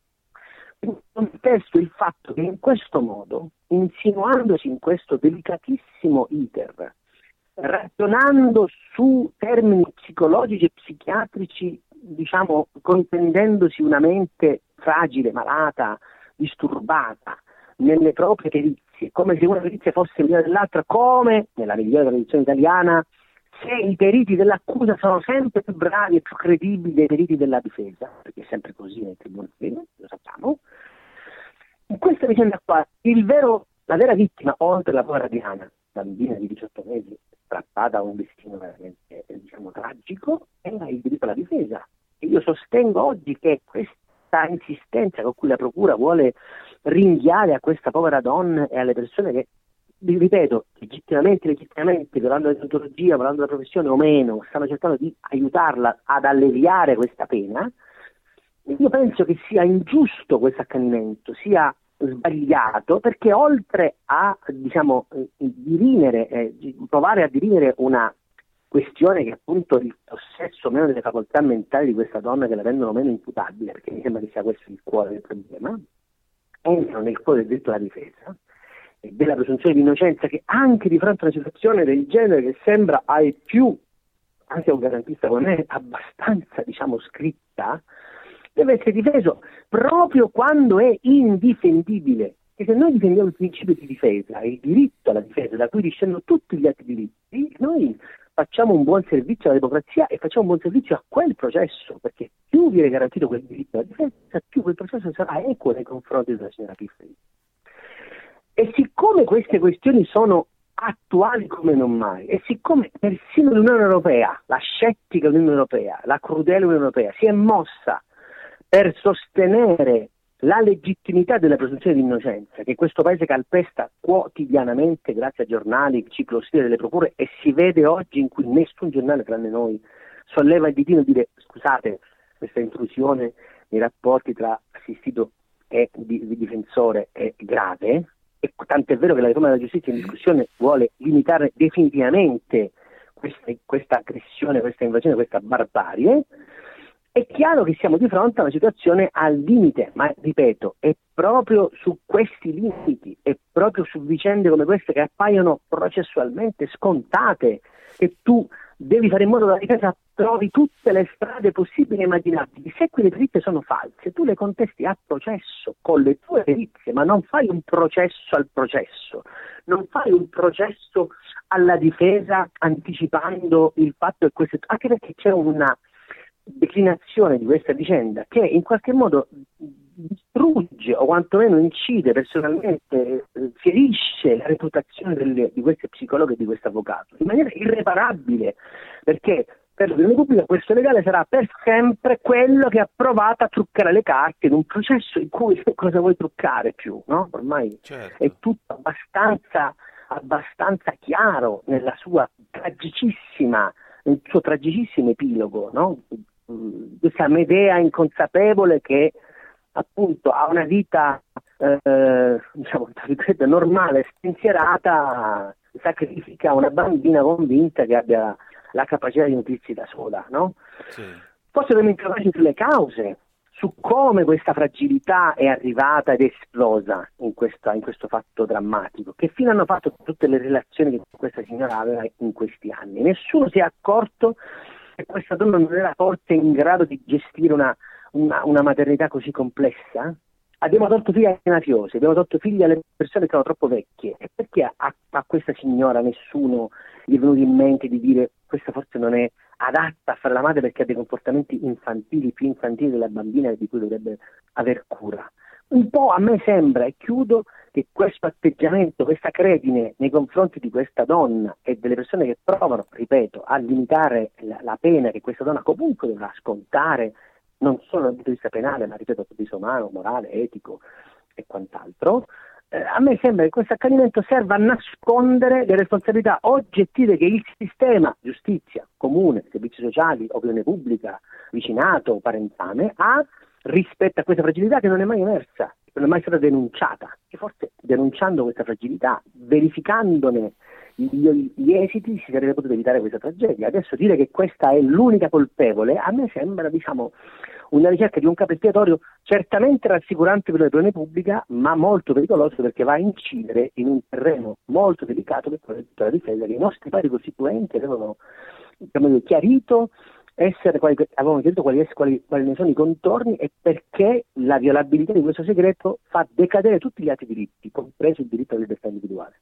Contesto il fatto che in questo modo, insinuandosi in questo delicatissimo iter, ragionando su termini psicologici e psichiatrici, diciamo, contendendosi una mente fragile, malata, disturbata nelle proprie perizie, come se una perizia fosse migliore dell'altra, come nella migliore tradizione italiana, se i periti dell'accusa sono sempre più bravi e più credibili dei periti della difesa, perché è sempre così nei tribunali, lo sappiamo. In questa vicenda qua, la vera vittima, oltre alla povera Diana, bambina di 18 mesi, strappata a un destino veramente, diciamo, tragico, era il diritto alla difesa. E io sostengo oggi che questa insistenza con cui la procura vuole ringhiare a questa povera donna e alle persone che, ripeto, legittimamente, volando la deontologia, volando la professione o meno, stanno cercando di aiutarla ad alleviare questa pena, io penso che sia ingiusto questo accanimento, sia sbagliato, perché oltre a, diciamo, provare a dirimere una questione che appunto il possesso o meno delle facoltà mentali di questa donna che la rendono meno imputabile, perché mi sembra che sia questo il cuore del problema, entrano nel cuore del diritto alla difesa e della presunzione di innocenza, che anche di fronte a una situazione del genere che sembra ai più, anche a un garantista come me, abbastanza, diciamo, scritta, deve essere difeso proprio quando è indifendibile. E se noi difendiamo il principio di difesa, il diritto alla difesa, da cui discendono tutti gli altri diritti, noi facciamo un buon servizio alla democrazia e facciamo un buon servizio a quel processo, perché più viene garantito quel diritto alla difesa, più quel processo sarà equo nei confronti della signora Pifferi. E siccome queste questioni sono attuali come non mai, e siccome persino l'Unione Europea, la scettica Unione Europea, la crudele Unione Europea, si è mossa per sostenere la legittimità della presunzione di innocenza, che questo paese calpesta quotidianamente grazie a giornali, ciclostile delle procure, e si vede oggi in cui nessun giornale tranne noi solleva il ditino e dire scusate, questa intrusione nei rapporti tra assistito e difensore è grave, e tant'è vero che la riforma della giustizia in discussione vuole limitare definitivamente questa aggressione, questa invasione, questa barbarie. È chiaro che siamo di fronte a una situazione al limite, ma ripeto, è proprio su questi limiti, è proprio su vicende come queste che appaiono processualmente scontate, che tu devi fare in modo che la difesa trovi tutte le strade possibili e immaginabili. Se quelle perizie sono false, tu le contesti a processo con le tue perizie, ma non fai un processo al processo, non fai un processo alla difesa anticipando il fatto che queste, anche perché c'è una declinazione di questa vicenda che in qualche modo distrugge o quantomeno incide personalmente, ferisce la reputazione di queste psicologhe e di questo avvocato in maniera irreparabile, perché per l'opinione pubblica questo legale sarà per sempre quello che ha provato a truccare le carte in un processo in cui cosa vuoi truccare più, no? Ormai certo. È tutto abbastanza chiaro nel suo tragicissimo epilogo, no? Questa Medea inconsapevole che appunto ha una vita diciamo normale, spensierata, sacrifica una bambina convinta che abbia la capacità di nutrirsi da sola, no? Sì. Forse dobbiamo interrogarci sulle cause, su come questa fragilità è arrivata ed è esplosa in questo fatto drammatico, che fine hanno fatto tutte le relazioni che questa signora aveva in questi anni. Nessuno si è accorto che questa donna non era forse in grado di gestire una maternità così complessa. Abbiamo tolto figli ai mafiosi, abbiamo tolto figli alle persone che erano troppo vecchie, e perché a questa signora nessuno gli è venuto in mente di dire questa forse non è adatta a fare la madre perché ha dei comportamenti infantili, più infantili della bambina di cui dovrebbe aver cura. Un po' a me sembra, e chiudo, che questo atteggiamento, questa credine nei confronti di questa donna e delle persone che provano, ripeto, a limitare la pena che questa donna comunque dovrà scontare, non solo dal punto di vista penale, ma ripeto dal punto di vista umano, morale, etico e quant'altro, a me sembra che questo accanimento serva a nascondere le responsabilità oggettive che il sistema, giustizia, comune, servizi sociali, opinione pubblica, vicinato, parentame, ha rispetto a questa fragilità che non è mai emersa, non è mai stata denunciata, e forse denunciando questa fragilità, verificandone gli esiti, si sarebbe potuto evitare questa tragedia. Adesso dire che questa è l'unica colpevole, a me sembra, diciamo, una ricerca di un capro espiatorio certamente rassicurante per l'opinione pubblica, ma molto pericoloso, perché va a incidere in un terreno molto delicato che è quello della difesa, che i nostri pari costituenti avevano, diciamo, chiarito, avevano chiarito quali ne sono i contorni, e perché la violabilità di questo segreto fa decadere tutti gli altri diritti, compreso il diritto alla libertà individuale.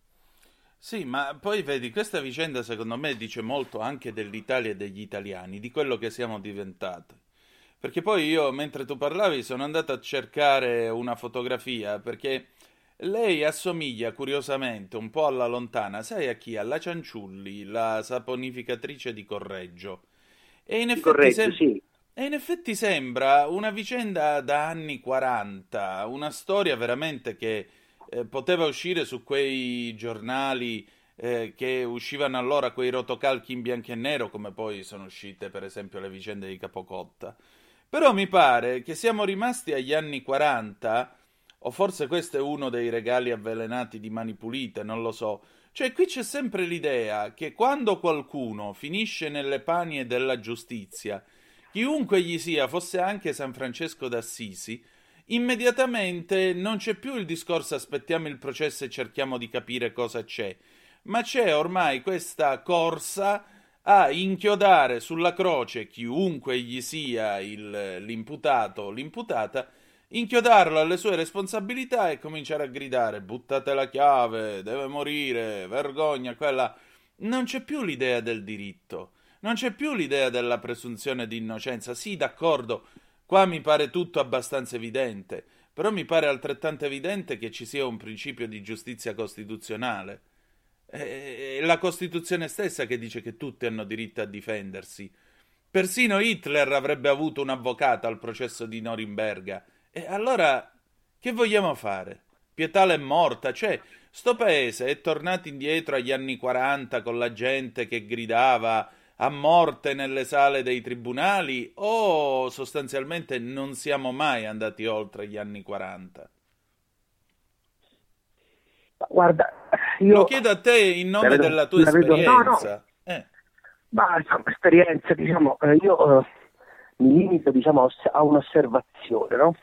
Sì, ma poi vedi, questa vicenda secondo me dice molto anche dell'Italia e degli italiani, di quello che siamo diventati. Perché poi io, mentre tu parlavi, sono andato a cercare una fotografia, perché lei assomiglia curiosamente un po' alla lontana, sai a chi? Alla Cianciulli, la saponificatrice di Correggio. E in effetti, Sì. E in effetti sembra una vicenda da anni 40, una storia veramente che poteva uscire su quei giornali che uscivano allora, quei rotocalchi in bianco e nero, come poi sono uscite per esempio le vicende di Capocotta. Però mi pare che siamo rimasti agli anni 40, o forse questo è uno dei regali avvelenati di Mani Pulite, non lo so. Cioè qui c'è sempre l'idea che quando qualcuno finisce nelle panie della giustizia, chiunque gli sia, fosse anche San Francesco d'Assisi, immediatamente non c'è più il discorso aspettiamo il processo e cerchiamo di capire cosa c'è, ma c'è ormai questa corsa a inchiodare sulla croce chiunque gli sia l'imputato o l'imputata, inchiodarlo alle sue responsabilità e cominciare a gridare buttate la chiave, deve morire, vergogna, quella. Non c'è più l'idea del diritto, non c'è più l'idea della presunzione di innocenza. Sì, d'accordo, qua mi pare tutto abbastanza evidente, però mi pare altrettanto evidente che ci sia un principio di giustizia costituzionale. È la Costituzione stessa che dice che tutti hanno diritto a difendersi. Persino Hitler avrebbe avuto un avvocato al processo di Norimberga. E allora che vogliamo fare? Pietà è morta, cioè sto paese è tornato indietro agli anni 40 con la gente che gridava a morte nelle sale dei tribunali, o sostanzialmente non siamo mai andati oltre gli anni 40? Guarda, io lo chiedo a te in nome della tua esperienza. No. Ma insomma, esperienza, diciamo, io mi limito, diciamo, a un'osservazione, no?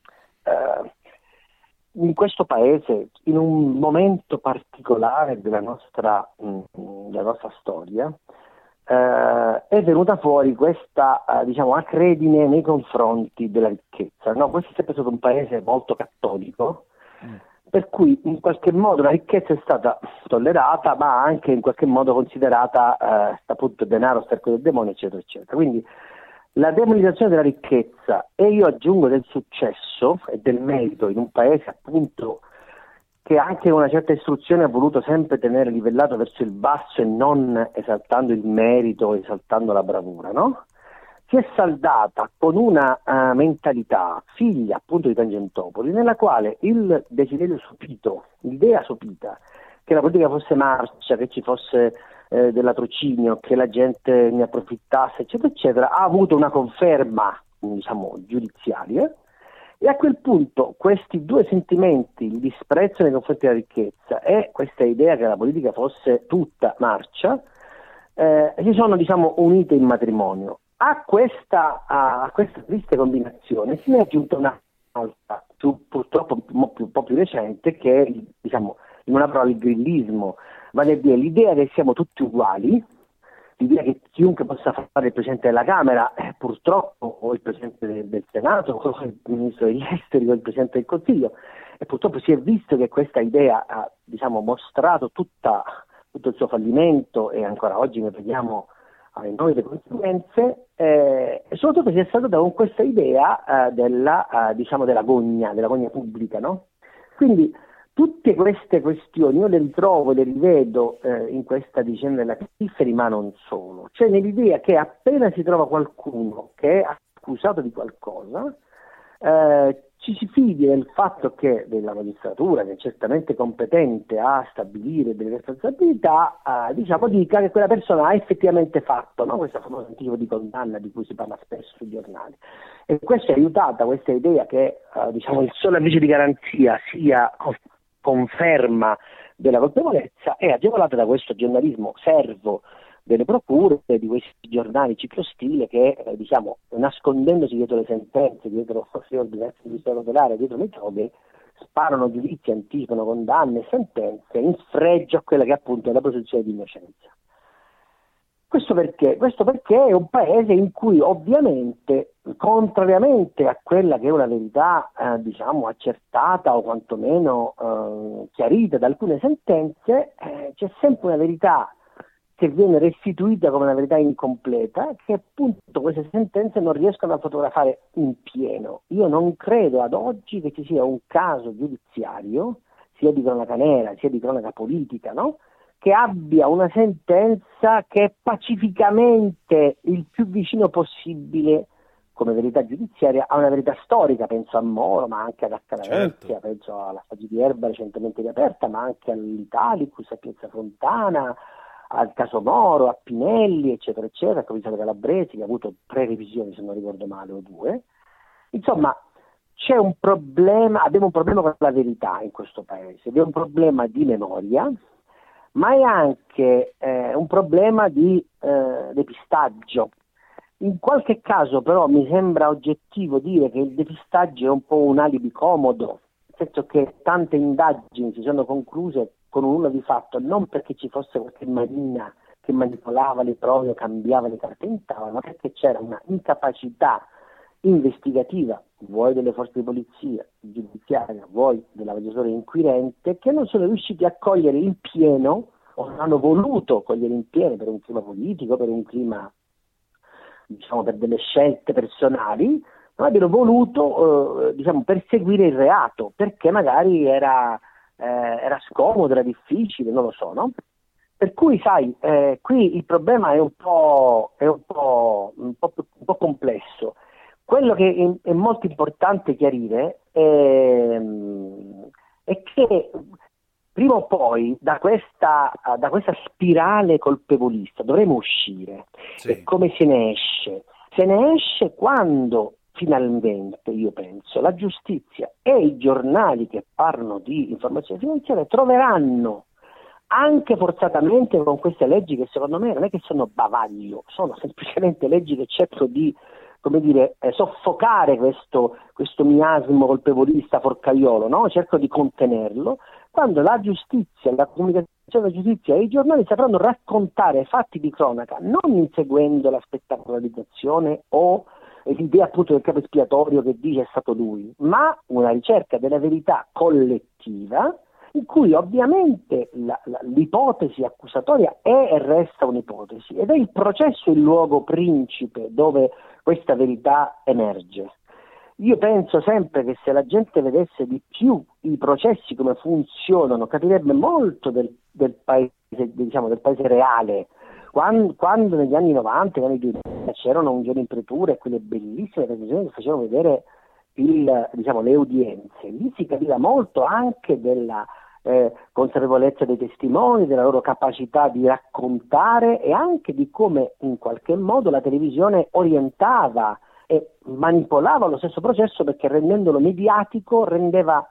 In questo paese, in un momento particolare della nostra storia, è venuta fuori questa, diciamo, acredine nei confronti della ricchezza, no? Questo è sempre stato un paese molto cattolico, per cui in qualche modo la ricchezza è stata tollerata, ma anche in qualche modo considerata appunto denaro, sterco del demonio, eccetera, eccetera. Quindi la demonizzazione della ricchezza, e io aggiungo del successo e del merito, in un paese appunto che anche con una certa istruzione ha voluto sempre tenere livellato verso il basso e non esaltando il merito, esaltando la bravura, no? Si è saldata con una mentalità figlia appunto di Tangentopoli, nella quale il desiderio sopito, l'idea sopita che la politica fosse marcia, che ci fosse del latrocinio, che la gente ne approfittasse, eccetera, eccetera, ha avuto una conferma, diciamo, giudiziaria, e a quel punto questi due sentimenti, il disprezzo nei confronti della ricchezza e questa idea che la politica fosse tutta marcia, si sono, diciamo, unite in matrimonio. A questa triste combinazione si è aggiunta un'altra, purtroppo un po' più recente, che è, diciamo, in una parola il grillismo, vale a dire l'idea che siamo tutti uguali, l'idea che chiunque possa fare il Presidente della Camera, purtroppo, o il Presidente del Senato, o il Ministro degli Esteri, o il Presidente del Consiglio, e purtroppo si è visto che questa idea ha, diciamo, mostrato tutto il suo fallimento, e ancora oggi ne vediamo alle noi le conseguenze, e soprattutto si è salutata con questa idea diciamo, della gogna pubblica, no? Quindi tutte queste questioni io le ritrovo, le rivedo in questa vicenda della Pifferi, ma non solo. Cioè nell'idea che appena si trova qualcuno che è accusato di qualcosa, ci si fidi del fatto che della magistratura, che è certamente competente a stabilire delle responsabilità, dica che quella persona ha effettivamente fatto, no? Questo famoso anticipo di condanna di cui si parla spesso sui giornali. E questo è aiutata, questa idea che il solo avviso di garanzia sia conferma della colpevolezza, è agevolata da questo giornalismo servo delle procure, di questi giornali ciclostile che, nascondendosi dietro le sentenze, dietro le ordinanze di vista cautelare, dietro le toghe, sparano giudizi, anticipano condanne e sentenze in sfregio a quella che appunto è la presunzione di innocenza. Questo perché? Questo perché è un paese in cui ovviamente, contrariamente a quella che è una verità accertata o quantomeno chiarita da alcune sentenze, c'è sempre una verità che viene restituita come una verità incompleta, che appunto queste sentenze non riescono a fotografare in pieno. Io non credo ad oggi che ci sia un caso giudiziario, sia di cronaca nera, sia di cronaca politica, no? Che abbia una sentenza che è pacificamente il più vicino possibile come verità giudiziaria a una verità storica. Penso a Moro, ma anche ad Accaravecchia, penso alla strage di Erba recentemente riaperta, ma anche all'Italicus, a Piazza Fontana, al caso Moro, a Pinelli, eccetera, eccetera, a Commissario Calabresi, che ha avuto 3 revisioni, se non ricordo male, o 2. Insomma, c'è un problema, abbiamo un problema con la verità in questo paese, abbiamo un problema di memoria, ma è anche un problema di depistaggio. In qualche caso però mi sembra oggettivo dire che il depistaggio è un po' un alibi comodo, nel senso che tante indagini si sono concluse con un nulla di fatto, non perché ci fosse qualche manina che manipolava le prove o cambiava le carte in tavola, ma perché c'era una incapacità investigativa, vuoi delle forze di polizia, giudiziaria, vuoi della magistratura inquirente, che non sono riusciti a cogliere in pieno, o non hanno voluto cogliere in pieno per un clima politico, per un clima, per delle scelte personali, non abbiano voluto perseguire il reato, perché magari era scomodo, era difficile, non lo so, no? Per cui, sai, qui il problema è un po' complesso. Quello che è molto importante chiarire è che prima o poi da questa spirale colpevolista dovremo uscire. Sì. E come se ne esce? Se ne esce quando finalmente, io penso, la giustizia e i giornali che parlano di informazione finanziaria troveranno, anche forzatamente con queste leggi che secondo me non è che sono bavaglio, sono semplicemente leggi che cercano di soffocare questo miasmo colpevolista forcaiolo, no? Cerco di contenerlo, quando la giustizia, la comunicazione della giustizia e i giornali sapranno raccontare fatti di cronaca, non inseguendo la spettacolarizzazione o l'idea appunto del capo espiatorio che dice è stato lui, ma una ricerca della verità collettiva, in cui ovviamente l'ipotesi accusatoria è e resta un'ipotesi, ed è il processo il luogo principe dove questa verità emerge. Io penso sempre che se la gente vedesse di più i processi come funzionano, capirebbe molto del paese, del paese reale. Quando negli anni 90, negli anni 2000 c'erano Un giorno in pretura e quelle bellissime televisioni che facevano vedere le udienze, lì si capiva molto anche della consapevolezza dei testimoni, della loro capacità di raccontare e anche di come in qualche modo la televisione orientava e manipolava lo stesso processo, perché rendendolo mediatico rendeva,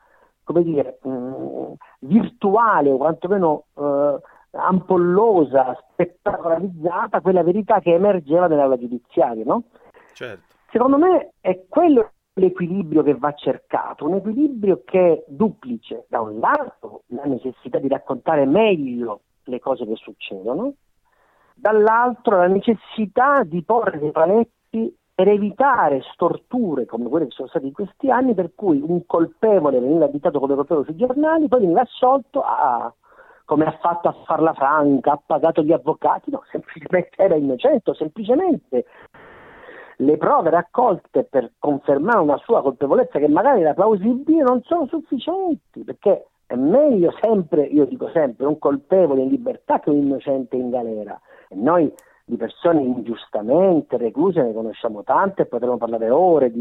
virtuale o quantomeno ampollosa, spettacolarizzata quella verità che emergeva nell'aula giudiziaria, no? Certo. Secondo me è quello l'equilibrio che va cercato, un equilibrio che è duplice: da un lato la necessità di raccontare meglio le cose che succedono, dall'altro la necessità di porre dei paletti per evitare storture come quelle che sono state in questi anni, per cui un colpevole veniva additato come colpevole sui giornali, poi veniva assolto come ha fatto a farla franca, ha pagato gli avvocati, no, semplicemente era innocente, semplicemente le prove raccolte per confermare una sua colpevolezza, che magari era plausibile, non sono sufficienti, perché è meglio sempre, io dico sempre, un colpevole in libertà che un innocente in galera. E noi di persone ingiustamente recluse ne conosciamo tante, potremmo parlare ore di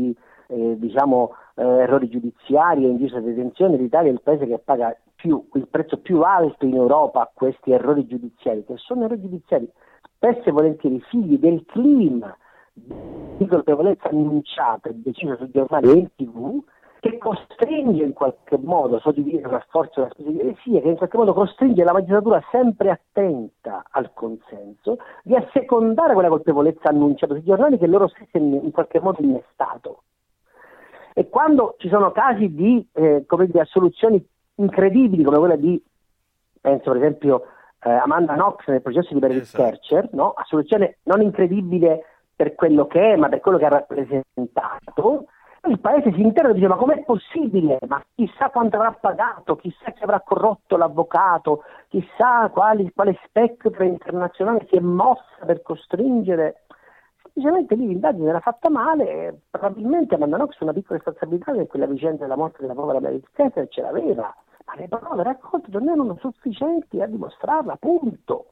errori giudiziari e ingiusta detenzione, l'Italia è il paese che paga il prezzo più alto in Europa a questi errori giudiziari, che sono errori giudiziari spesso e volentieri figli del clima di colpevolezza annunciata e decisa sui giornali e in TV, che costringe in qualche modo, so di dire una forza, una specie di eresia, che in qualche modo costringe la magistratura sempre attenta al consenso di assecondare quella colpevolezza annunciata sui giornali che loro stessi in qualche modo innestato. E quando ci sono casi di assoluzioni incredibili come quella di, penso per esempio Amanda Knox nel processo di Breivik Kercher, no? Assoluzione non incredibile per quello che è, ma per quello che ha rappresentato, il paese si interroga e dice: ma com'è possibile? Ma chissà quanto avrà pagato, chissà chi avrà corrotto l'avvocato, chissà quale spettro internazionale si è mossa per costringere. Semplicemente lì l'indagine era fatta male e probabilmente Amanda Knox una piccola responsabilità in quella vicenda della morte della povera Breivik Kercher ce l'aveva, ma le prove raccolte non erano sufficienti a dimostrarla, punto.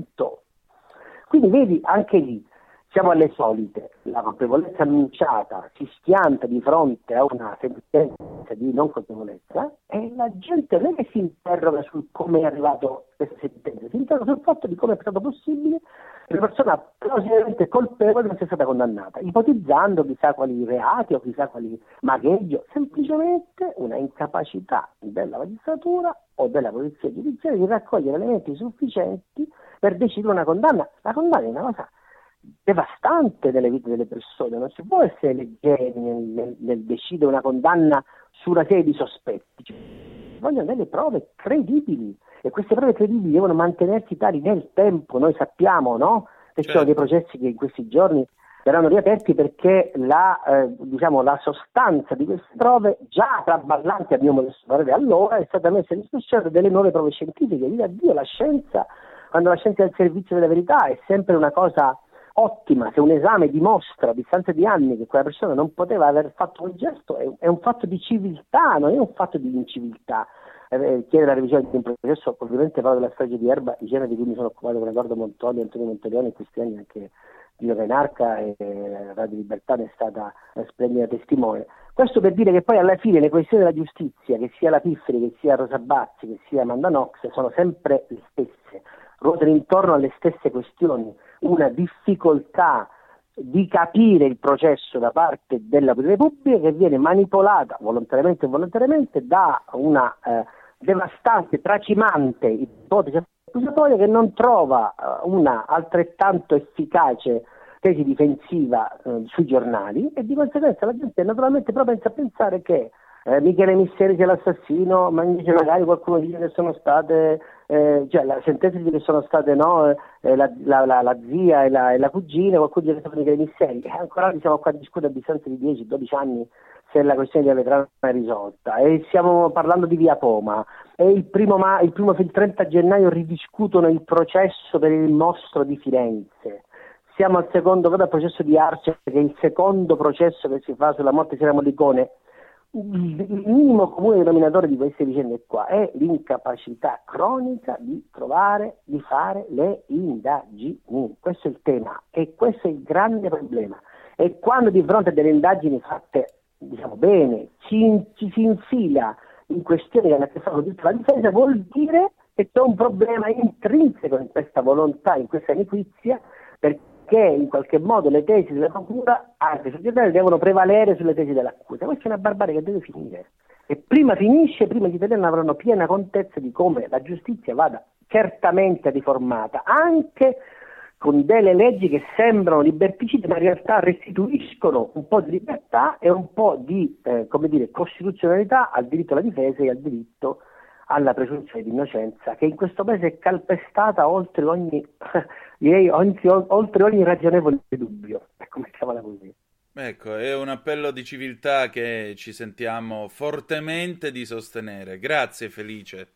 Quindi vedi, anche lì siamo alle solite, la colpevolezza annunciata si schianta di fronte a una sentenza di non colpevolezza e la gente non è che si interroga sul come è arrivato questa sentenza, si interroga sul fatto di come è stato possibile che una persona plausibilmente colpevole non sia stata condannata, ipotizzando chissà quali reati o chissà quali magheggio, semplicemente una incapacità della magistratura o della polizia giudiziaria di raccogliere elementi sufficienti per decidere una condanna. La condanna è una cosa devastante nelle vite delle persone, non si può essere leggeri nel decidere una condanna su una serie di sospetti, vogliono delle prove credibili e queste prove credibili devono mantenersi tali nel tempo. Noi sappiamo, no? Che ci sono dei processi che in questi giorni verranno riaperti perché la sostanza di queste prove, già traballante a mio modesto parere allora, è stata messa in discussione delle nuove prove scientifiche. Viva Dio, la scienza, quando la scienza è al servizio della verità, è sempre una cosa ottima. Se un esame dimostra a distanza di anni che quella persona non poteva aver fatto quel gesto, è un fatto di civiltà, non è un fatto di inciviltà. Chiede la revisione di un processo, ovviamente parlo della strage di Erba, di genere di cui mi sono occupato con Edoardo Montoli, Antonio Montolioni, in questi anni anche Gino Renarca e Radio Libertà ne è stata splendida testimone. Questo per dire che poi alla fine le questioni della giustizia, che sia la Pifferi, che sia Rosa Bazzi, che sia Amanda Knox, sono sempre le stesse, ruotano intorno alle stesse questioni, una difficoltà di capire il processo da parte dell'opinione pubblica che viene manipolata volontariamente o involontariamente da una devastante, tracimante ipotesi accusatoria che non trova una altrettanto efficace tesi difensiva sui giornali e di conseguenza la gente naturalmente però pensa a pensare che Michele Misseri sia l'assassino, ma invece magari qualcuno dice che sono state la sentenza dice che sono state la zia e la cugina, qualcuno dice che sono Michele Misseri, e ancora siamo qua a discutere a distanza di 10-12 anni se la questione di Avetrano è risolta, e stiamo parlando di Via Poma, e il 30 gennaio ridiscutono il processo per il mostro di Firenze. Siamo al secondo grado del processo di Arce, che è il secondo processo che si fa sulla morte di Sera Mollicone. Il minimo comune denominatore di queste vicende qua è l'incapacità cronica di trovare, di fare le indagini. Questo è il tema e questo è il grande problema. E quando di fronte a delle indagini fatte, diciamo bene, ci si infila in questioni che hanno a che fare con tutta la difesa, vuol dire che c'è un problema intrinseco in questa volontà, in questa iniquizia, perché in qualche modo le tesi della procura, anche sul giornale, devono prevalere sulle tesi dell'accusa. Questa è una barbarie che deve finire. E prima finisce, prima gli italiani avranno piena contezza di come la giustizia vada certamente riformata, anche con delle leggi che sembrano liberticide, ma in realtà restituiscono un po' di libertà e un po' di costituzionalità al diritto alla difesa e al diritto alla presunzione di innocenza, che in questo paese è calpestata oltre ogni ragionevole dubbio. Ecco, mettiamola così. Ecco, è un appello di civiltà che ci sentiamo fortemente di sostenere. Grazie Felice.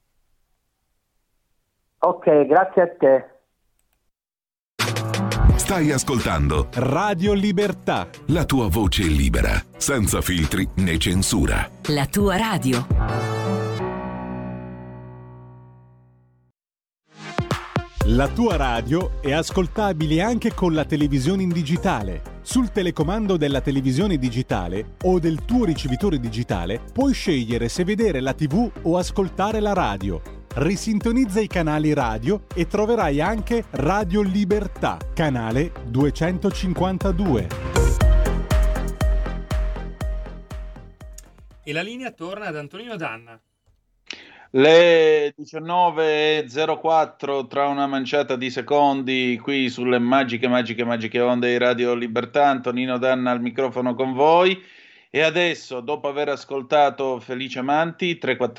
Ok, grazie a te. Stai ascoltando Radio Libertà, la tua voce libera, senza filtri né censura. La tua radio. La tua radio è ascoltabile anche con la televisione in digitale. Sul telecomando della televisione digitale o del tuo ricevitore digitale puoi scegliere se vedere la TV o ascoltare la radio. Risintonizza i canali radio e troverai anche Radio Libertà, canale 252. E la linea torna ad Antonino Danna. Le 19.04 tra una manciata di secondi qui sulle magiche onde di Radio Libertà. Antonino Danna al microfono con voi. E adesso, dopo aver ascoltato Felice Amanti,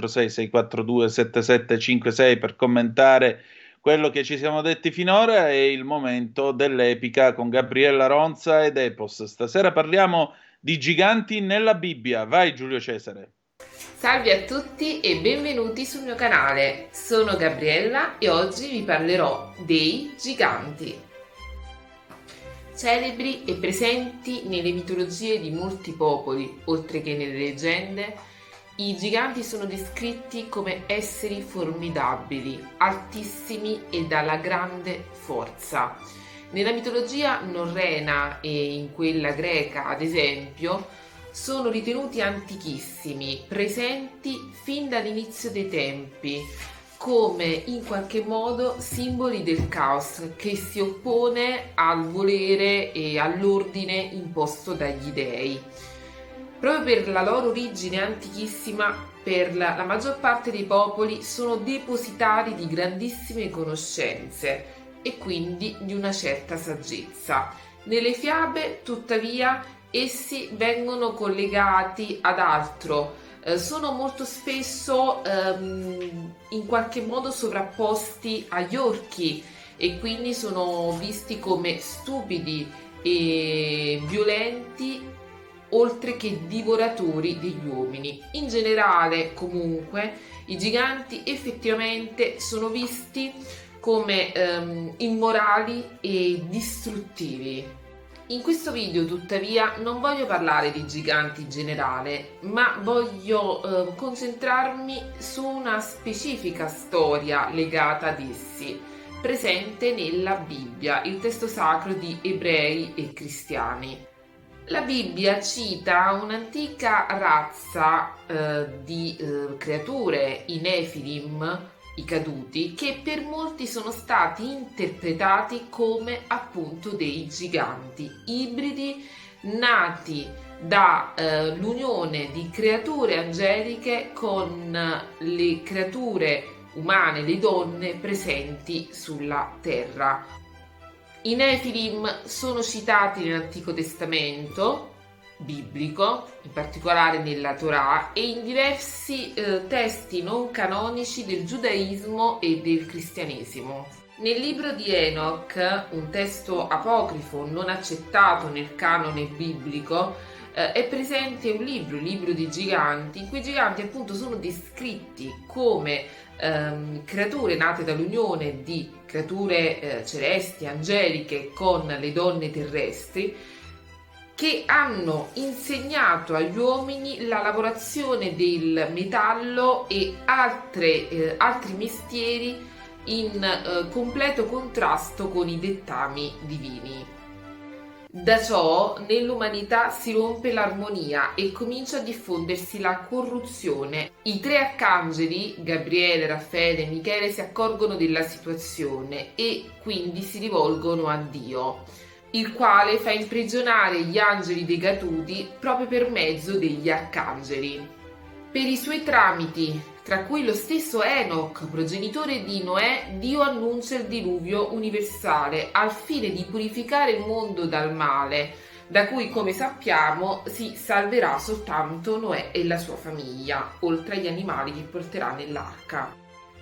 346-642-7756 per commentare quello che ci siamo detti finora, è il momento dell'epica con Gabriella Ronza ed Epos. Stasera parliamo di giganti nella Bibbia. Vai Giulio Cesare. Salve a tutti e benvenuti sul mio canale. Sono Gabriella e oggi vi parlerò dei giganti. Celebri e presenti nelle mitologie di molti popoli, oltre che nelle leggende, i giganti sono descritti come esseri formidabili, altissimi e dalla grande forza. Nella mitologia norrena e in quella greca, ad esempio, sono ritenuti antichissimi, presenti fin dall'inizio dei tempi, come in qualche modo simboli del caos che si oppone al volere e all'ordine imposto dagli dei. Proprio per la loro origine antichissima, per la maggior parte dei popoli sono depositari di grandissime conoscenze e quindi di una certa saggezza. Nelle fiabe, tuttavia, essi vengono collegati ad altro, sono molto spesso in qualche modo sovrapposti agli orchi e quindi sono visti come stupidi e violenti oltre che divoratori degli uomini. In generale, comunque, i giganti effettivamente sono visti come immorali e distruttivi. In questo video, tuttavia, non voglio parlare di giganti in generale, ma voglio concentrarmi su una specifica storia legata ad essi, presente nella Bibbia, il testo sacro di ebrei e cristiani. La Bibbia cita un'antica razza di creature, i Nefilim, i caduti, che per molti sono stati interpretati come appunto dei giganti, ibridi nati dall'unione di creature angeliche con le creature umane, le donne presenti sulla terra. I Nefilim sono citati nell'Antico Testamento biblico, in particolare nella Torah, e in diversi testi non canonici del giudaismo e del cristianesimo. Nel libro di Enoch, un testo apocrifo non accettato nel canone biblico, è presente un libro dei giganti, in cui i giganti appunto sono descritti come creature nate dall'unione di creature celesti, angeliche con le donne terrestri, che hanno insegnato agli uomini la lavorazione del metallo e altri mestieri in completo contrasto con i dettami divini. Da ciò nell'umanità si rompe l'armonia e comincia a diffondersi la corruzione. I tre arcangeli, Gabriele, Raffaele e Michele, si accorgono della situazione e quindi si rivolgono a Dio, il quale fa imprigionare gli angeli decaduti proprio per mezzo degli arcangeli. Per i suoi tramiti, tra cui lo stesso Enoch, progenitore di Noè, Dio annuncia il diluvio universale al fine di purificare il mondo dal male, da cui, come sappiamo, si salverà soltanto Noè e la sua famiglia, oltre agli animali che porterà nell'arca.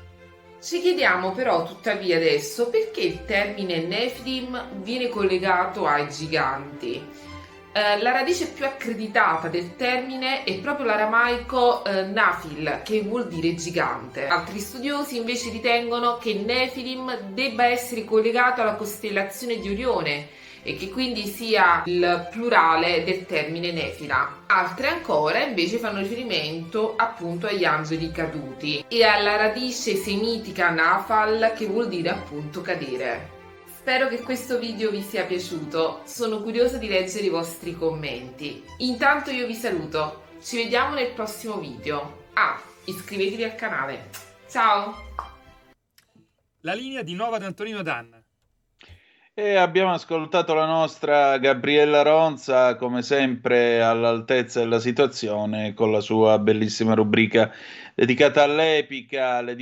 Ci chiediamo però tuttavia adesso perché il termine Nefilim viene collegato ai giganti. La radice più accreditata del termine è proprio l'aramaico Nafil, che vuol dire gigante. Altri studiosi invece ritengono che Nefilim debba essere collegato alla costellazione di Orione e che quindi sia il plurale del termine Nefila. Altre ancora invece fanno riferimento appunto agli angeli caduti e alla radice semitica Nafal, che vuol dire appunto cadere. Spero che questo video vi sia piaciuto, sono curiosa di leggere i vostri commenti. Intanto io vi saluto, ci vediamo nel prossimo video. Iscrivetevi al canale. Ciao! La linea di nuovo ad Antonino Danna. E abbiamo ascoltato la nostra Gabriella Ronza, come sempre all'altezza della situazione, con la sua bellissima rubrica dedicata all'epica, alle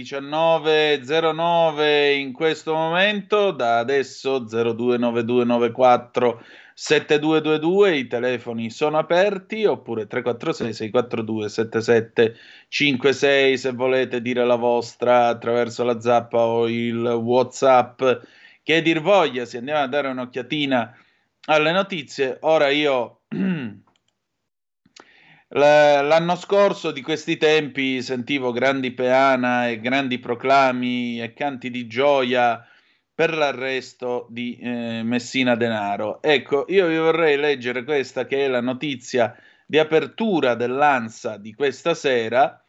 19.09 in questo momento, da adesso 029294 7222, i telefoni sono aperti, oppure 346 642 7756 se volete dire la vostra attraverso la zappa o il WhatsApp. Che dir voglia, se andiamo a dare un'occhiatina alle notizie, ora io l'anno scorso di questi tempi sentivo grandi peana e grandi proclami e canti di gioia per l'arresto di Messina Denaro. Ecco, io vi vorrei leggere questa che è la notizia di apertura dell'ANSA di questa sera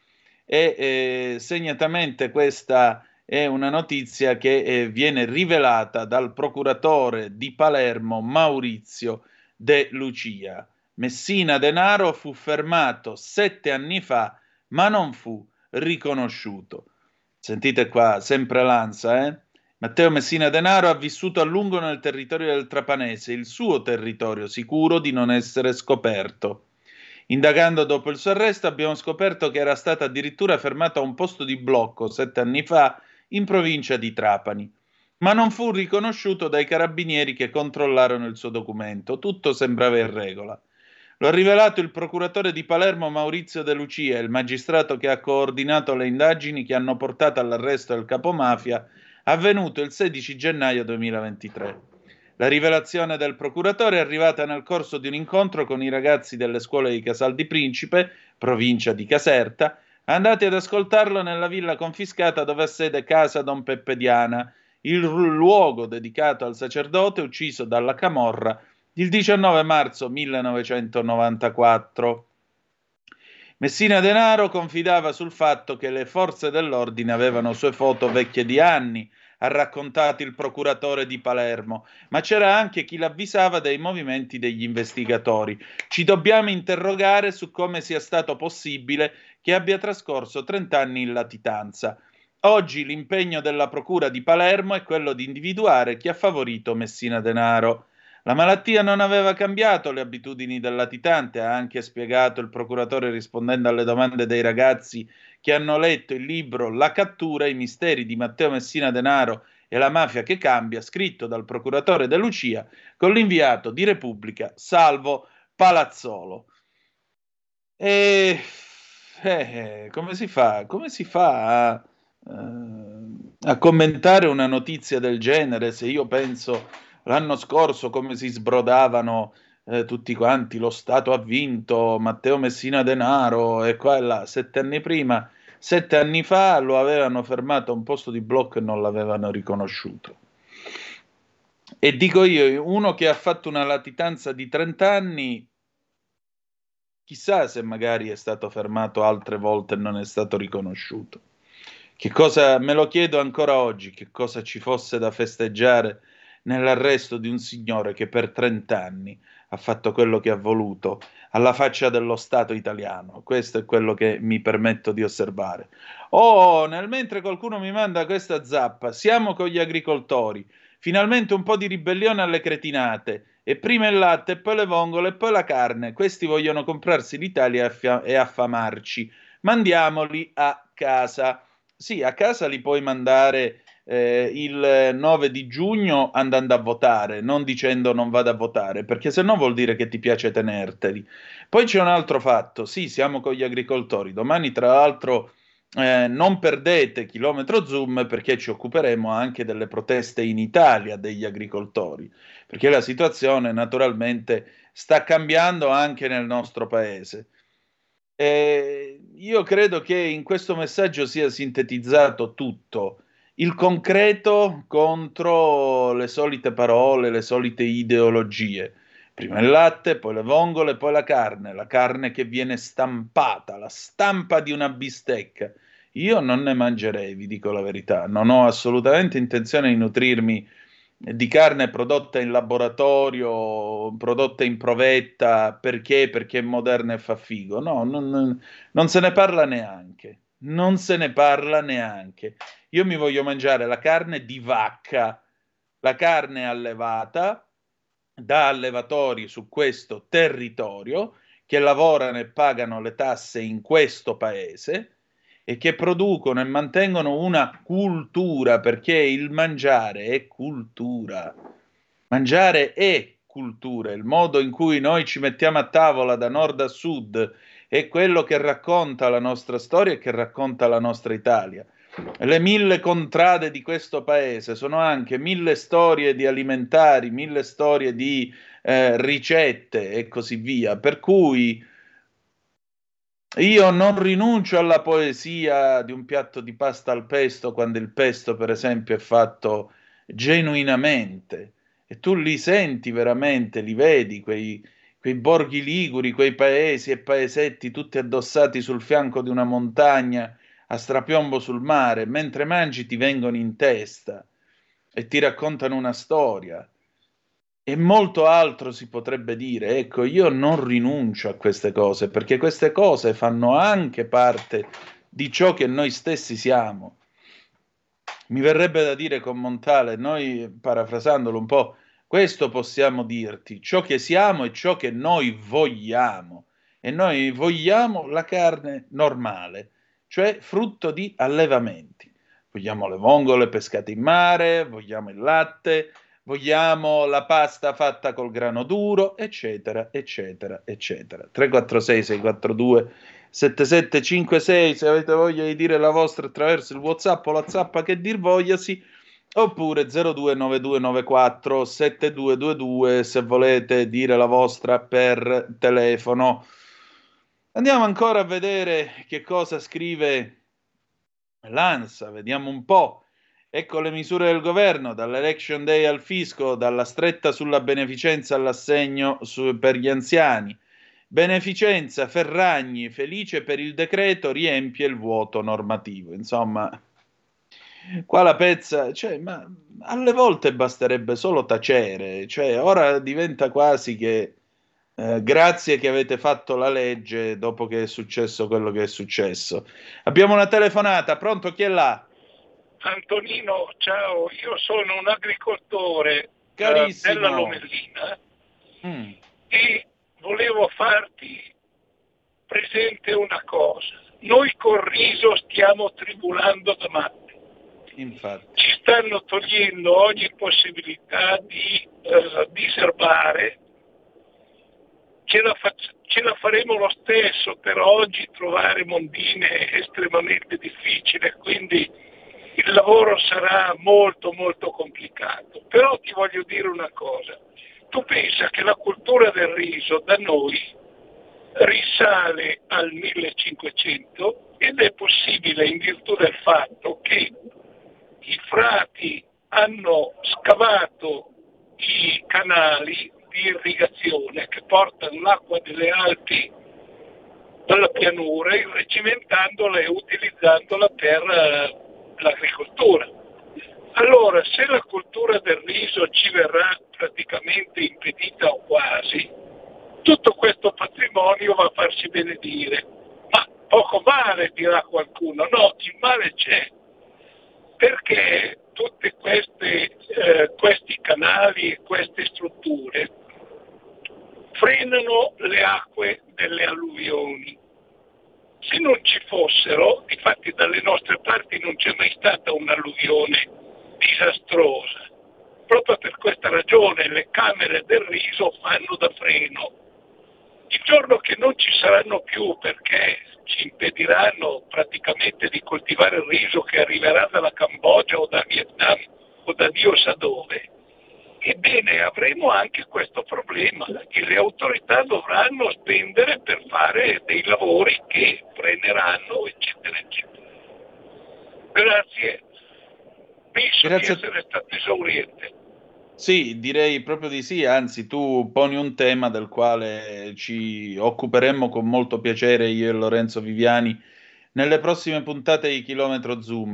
e segnatamente questa è una notizia che viene rivelata dal procuratore di Palermo Maurizio De Lucia. Messina Denaro fu fermato 7 anni fa, ma non fu riconosciuto. Sentite qua, sempre l'ANSA, Matteo Messina Denaro ha vissuto a lungo nel territorio del Trapanese, il suo territorio, sicuro di non essere scoperto. Indagando dopo il suo arresto abbiamo scoperto che era stato addirittura fermato a un posto di blocco 7 anni fa in provincia di Trapani, ma non fu riconosciuto dai carabinieri che controllarono il suo documento. Tutto sembrava in regola. Lo ha rivelato il procuratore di Palermo Maurizio De Lucia, il magistrato che ha coordinato le indagini che hanno portato all'arresto del capomafia, avvenuto il 16 gennaio 2023. La rivelazione del procuratore è arrivata nel corso di un incontro con i ragazzi delle scuole di Casal di Principe, provincia di Caserta, andati ad ascoltarlo nella villa confiscata dove ha sede casa Don Peppe Diana, il luogo dedicato al sacerdote ucciso dalla camorra il 19 marzo 1994. Messina Denaro confidava sul fatto che le forze dell'ordine avevano sue foto vecchie di anni, ha raccontato il procuratore di Palermo, ma c'era anche chi l'avvisava dei movimenti degli investigatori. Ci dobbiamo interrogare su come sia stato possibile che abbia trascorso 30 anni in latitanza. Oggi l'impegno della procura di Palermo è quello di individuare chi ha favorito Messina Denaro. La malattia non aveva cambiato le abitudini del latitante, ha anche spiegato il procuratore rispondendo alle domande dei ragazzi che hanno letto il libro La cattura, i misteri di Matteo Messina Denaro e la mafia che cambia, scritto dal procuratore De Lucia con l'inviato di Repubblica Salvo Palazzolo. E come si fa? Come si fa a commentare una notizia del genere se io penso l'anno scorso come si sbrodavano tutti quanti, lo Stato ha vinto, Matteo Messina Denaro e qua e là, 7 anni prima, 7 anni fa lo avevano fermato a un posto di blocco e non l'avevano riconosciuto. E dico io, uno che ha fatto una latitanza di 30 anni, chissà se magari è stato fermato altre volte e non è stato riconosciuto. Che cosa, me lo chiedo ancora oggi, che cosa ci fosse da festeggiare nell'arresto di un signore che per 30 anni ha fatto quello che ha voluto alla faccia dello Stato italiano. Questo è quello che mi permetto di osservare. Nel mentre qualcuno mi manda questa zappa, siamo con gli agricoltori, finalmente un po' di ribellione alle cretinate, e prima il latte, e poi le vongole, e poi la carne, questi vogliono comprarsi l'Italia e affamarci, mandiamoli a casa. Sì, a casa li puoi mandare il 9 di giugno andando a votare, non dicendo non vado a votare, perché se no vuol dire che ti piace tenerteli. Poi c'è un altro fatto, sì, siamo con gli agricoltori, domani tra l'altro non perdete chilometro Zoom perché ci occuperemo anche delle proteste in Italia degli agricoltori, perché la situazione naturalmente sta cambiando anche nel nostro paese. Io credo che in questo messaggio sia sintetizzato tutto. Il concreto contro le solite parole, le solite ideologie. Prima il latte, poi le vongole, poi la carne che viene stampata, la stampa di una bistecca. Io non ne mangerei, vi dico la verità, non ho assolutamente intenzione di nutrirmi di carne prodotta in laboratorio, prodotta in provetta, perché? Perché è moderna e fa figo. No, non se ne parla neanche. Non se ne parla neanche. Io mi voglio mangiare la carne di vacca, la carne allevata da allevatori su questo territorio che lavorano e pagano le tasse in questo paese e che producono e mantengono una cultura, perché il mangiare è cultura. Mangiare è cultura, il modo in cui noi ci mettiamo a tavola da nord a sud è quello che racconta la nostra storia e che racconta la nostra Italia. Le 1000 contrade di questo paese sono anche 1000 storie di alimentari, 1000 storie di ricette e così via. Per cui io non rinuncio alla poesia di un piatto di pasta al pesto quando il pesto, per esempio, è fatto genuinamente e tu li senti veramente, li vedi, quei borghi liguri, quei paesi e paesetti tutti addossati sul fianco di una montagna a strapiombo sul mare, mentre mangi ti vengono in testa e ti raccontano una storia. E molto altro si potrebbe dire. Ecco, io non rinuncio a queste cose, perché queste cose fanno anche parte di ciò che noi stessi siamo. Mi verrebbe da dire con Montale, noi parafrasandolo un po', questo possiamo dirti, ciò che siamo e ciò che noi vogliamo. E noi vogliamo la carne normale, cioè frutto di allevamenti. Vogliamo le vongole pescate in mare, vogliamo il latte, vogliamo la pasta fatta col grano duro, eccetera, eccetera, eccetera. 346-642-7756, se avete voglia di dire la vostra attraverso il WhatsApp o la zappa che dir vogliasi, oppure 0292947222 se volete dire la vostra per telefono. Andiamo ancora a vedere che cosa scrive l'ANSA, vediamo un po'. Ecco le misure del governo, dall'Election Day al fisco, dalla stretta sulla beneficenza all'assegno per gli anziani. Beneficenza, Ferragni, felice per il decreto, riempie il vuoto normativo. Insomma, qua la pezza, cioè, ma alle volte basterebbe solo tacere, cioè ora diventa quasi che grazie che avete fatto la legge dopo che è successo quello che è successo. Abbiamo una telefonata, pronto, chi è là? Antonino, ciao, io sono un agricoltore della Lomellina e volevo farti presente una cosa. Noi col riso stiamo tribulando da matti. Infatti. Ci stanno togliendo ogni possibilità di diserbare. Ce la faremo lo stesso, però oggi trovare mondine è estremamente difficile, quindi il lavoro sarà molto molto complicato. Però ti voglio dire una cosa, tu pensa che la cultura del riso da noi risale al 1500 ed è possibile in virtù del fatto che i frati hanno scavato i canali di irrigazione che portano l'acqua delle Alpi dalla pianura, irregimentandola e utilizzandola per l'agricoltura. Allora, se la cultura del riso ci verrà praticamente impedita o quasi, tutto questo patrimonio va a farsi benedire. Ma poco male, dirà qualcuno. No, il male c'è, perché tutti questi canali e queste strutture frenano le acque delle alluvioni. Se non ci fossero, infatti dalle nostre parti non c'è mai stata un'alluvione disastrosa. Proprio per questa ragione le camere del riso fanno da freno. Il giorno che non ci saranno più, perché ci impediranno praticamente di coltivare il riso che arriverà dalla Cambogia o da Vietnam o da Dio sa dove, ebbene avremo anche questo problema, che le autorità dovranno spendere per fare dei lavori che freneranno, eccetera, eccetera. Grazie. Penso di essere stato esauriente. Sì, direi proprio di sì, anzi tu poni un tema del quale ci occuperemmo con molto piacere io e Lorenzo Viviani nelle prossime puntate di Chilometro Zoom.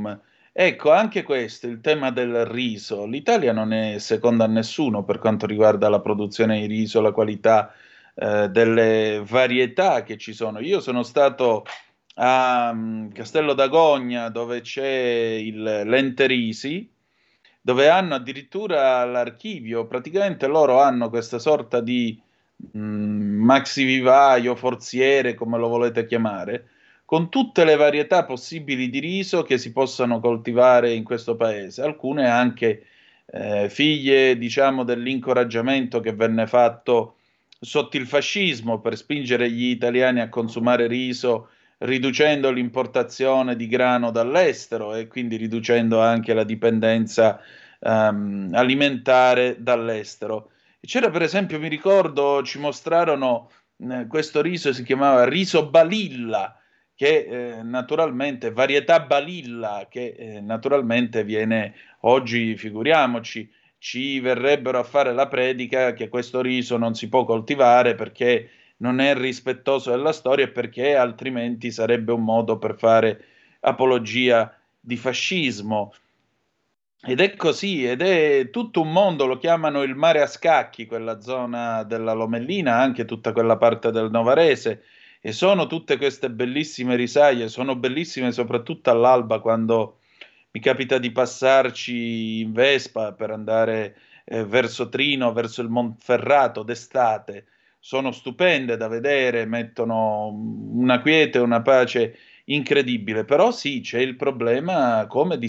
Ecco, anche questo, il tema del riso. L'Italia non è seconda a nessuno per quanto riguarda la produzione di riso, la qualità, delle varietà che ci sono. Io sono stato a Castello d'Agogna, dove c'è il l'Ente Risi, dove hanno addirittura l'archivio. Praticamente loro hanno questa sorta di maxi vivaio, forziere, come lo volete chiamare, con tutte le varietà possibili di riso che si possano coltivare in questo paese, alcune anche figlie, diciamo, dell'incoraggiamento che venne fatto sotto il fascismo per spingere gli italiani a consumare riso, riducendo l'importazione di grano dall'estero e quindi riducendo anche la dipendenza alimentare dall'estero. C'era per esempio, mi ricordo, ci mostrarono questo riso, si chiamava riso Balilla, che naturalmente, varietà Balilla, che naturalmente viene oggi, figuriamoci, ci verrebbero a fare la predica che questo riso non si può coltivare perché non è rispettoso della storia e perché altrimenti sarebbe un modo per fare apologia di fascismo. Ed è così, ed è tutto un mondo, lo chiamano il mare a scacchi, quella zona della Lomellina, anche tutta quella parte del Novarese, e sono tutte queste bellissime risaie, sono bellissime soprattutto all'alba quando mi capita di passarci in Vespa per andare verso Trino, verso il Monferrato d'estate, sono stupende da vedere, mettono una quiete, una pace incredibile, però sì, c'è il problema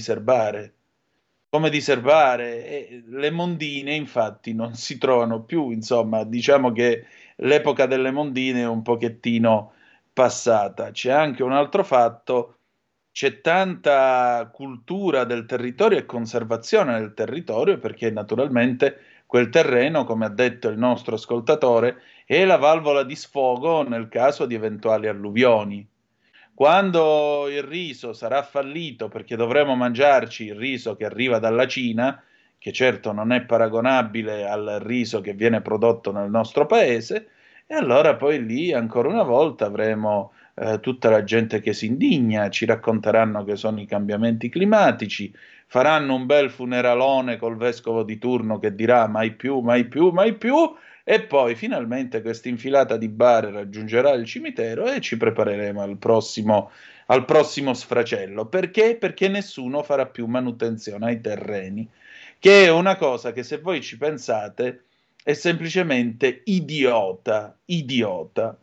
come diserbare e le mondine infatti non si trovano più, insomma, diciamo che l'epoca delle mondine è un pochettino passata. C'è anche un altro fatto, c'è tanta cultura del territorio e conservazione del territorio perché naturalmente quel terreno, come ha detto il nostro ascoltatore, è la valvola di sfogo nel caso di eventuali alluvioni. Quando il riso sarà fallito perché dovremo mangiarci il riso che arriva dalla Cina, che certo non è paragonabile al riso che viene prodotto nel nostro paese, e allora poi lì ancora una volta avremo tutta la gente che si indigna, ci racconteranno che sono i cambiamenti climatici, faranno un bel funeralone col vescovo di turno che dirà mai più, mai più, mai più, e poi finalmente questa infilata di bare raggiungerà il cimitero e ci prepareremo al prossimo sfracello. Perché? Perché nessuno farà più manutenzione ai terreni, che è una cosa che se voi ci pensate è semplicemente idiota, idiota.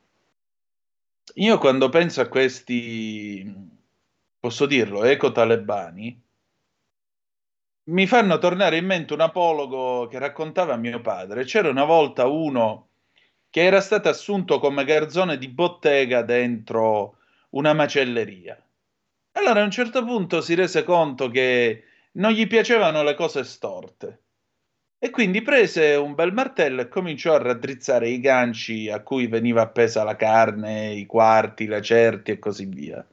Io quando penso a questi, posso dirlo, eco-talebani, mi fanno tornare in mente un apologo che raccontava mio padre. C'era una volta uno che era stato assunto come garzone di bottega dentro una macelleria. Allora a un certo punto si rese conto che non gli piacevano le cose storte e quindi prese un bel martello e cominciò a raddrizzare i ganci a cui veniva appesa la carne, i quarti, le certi e così via.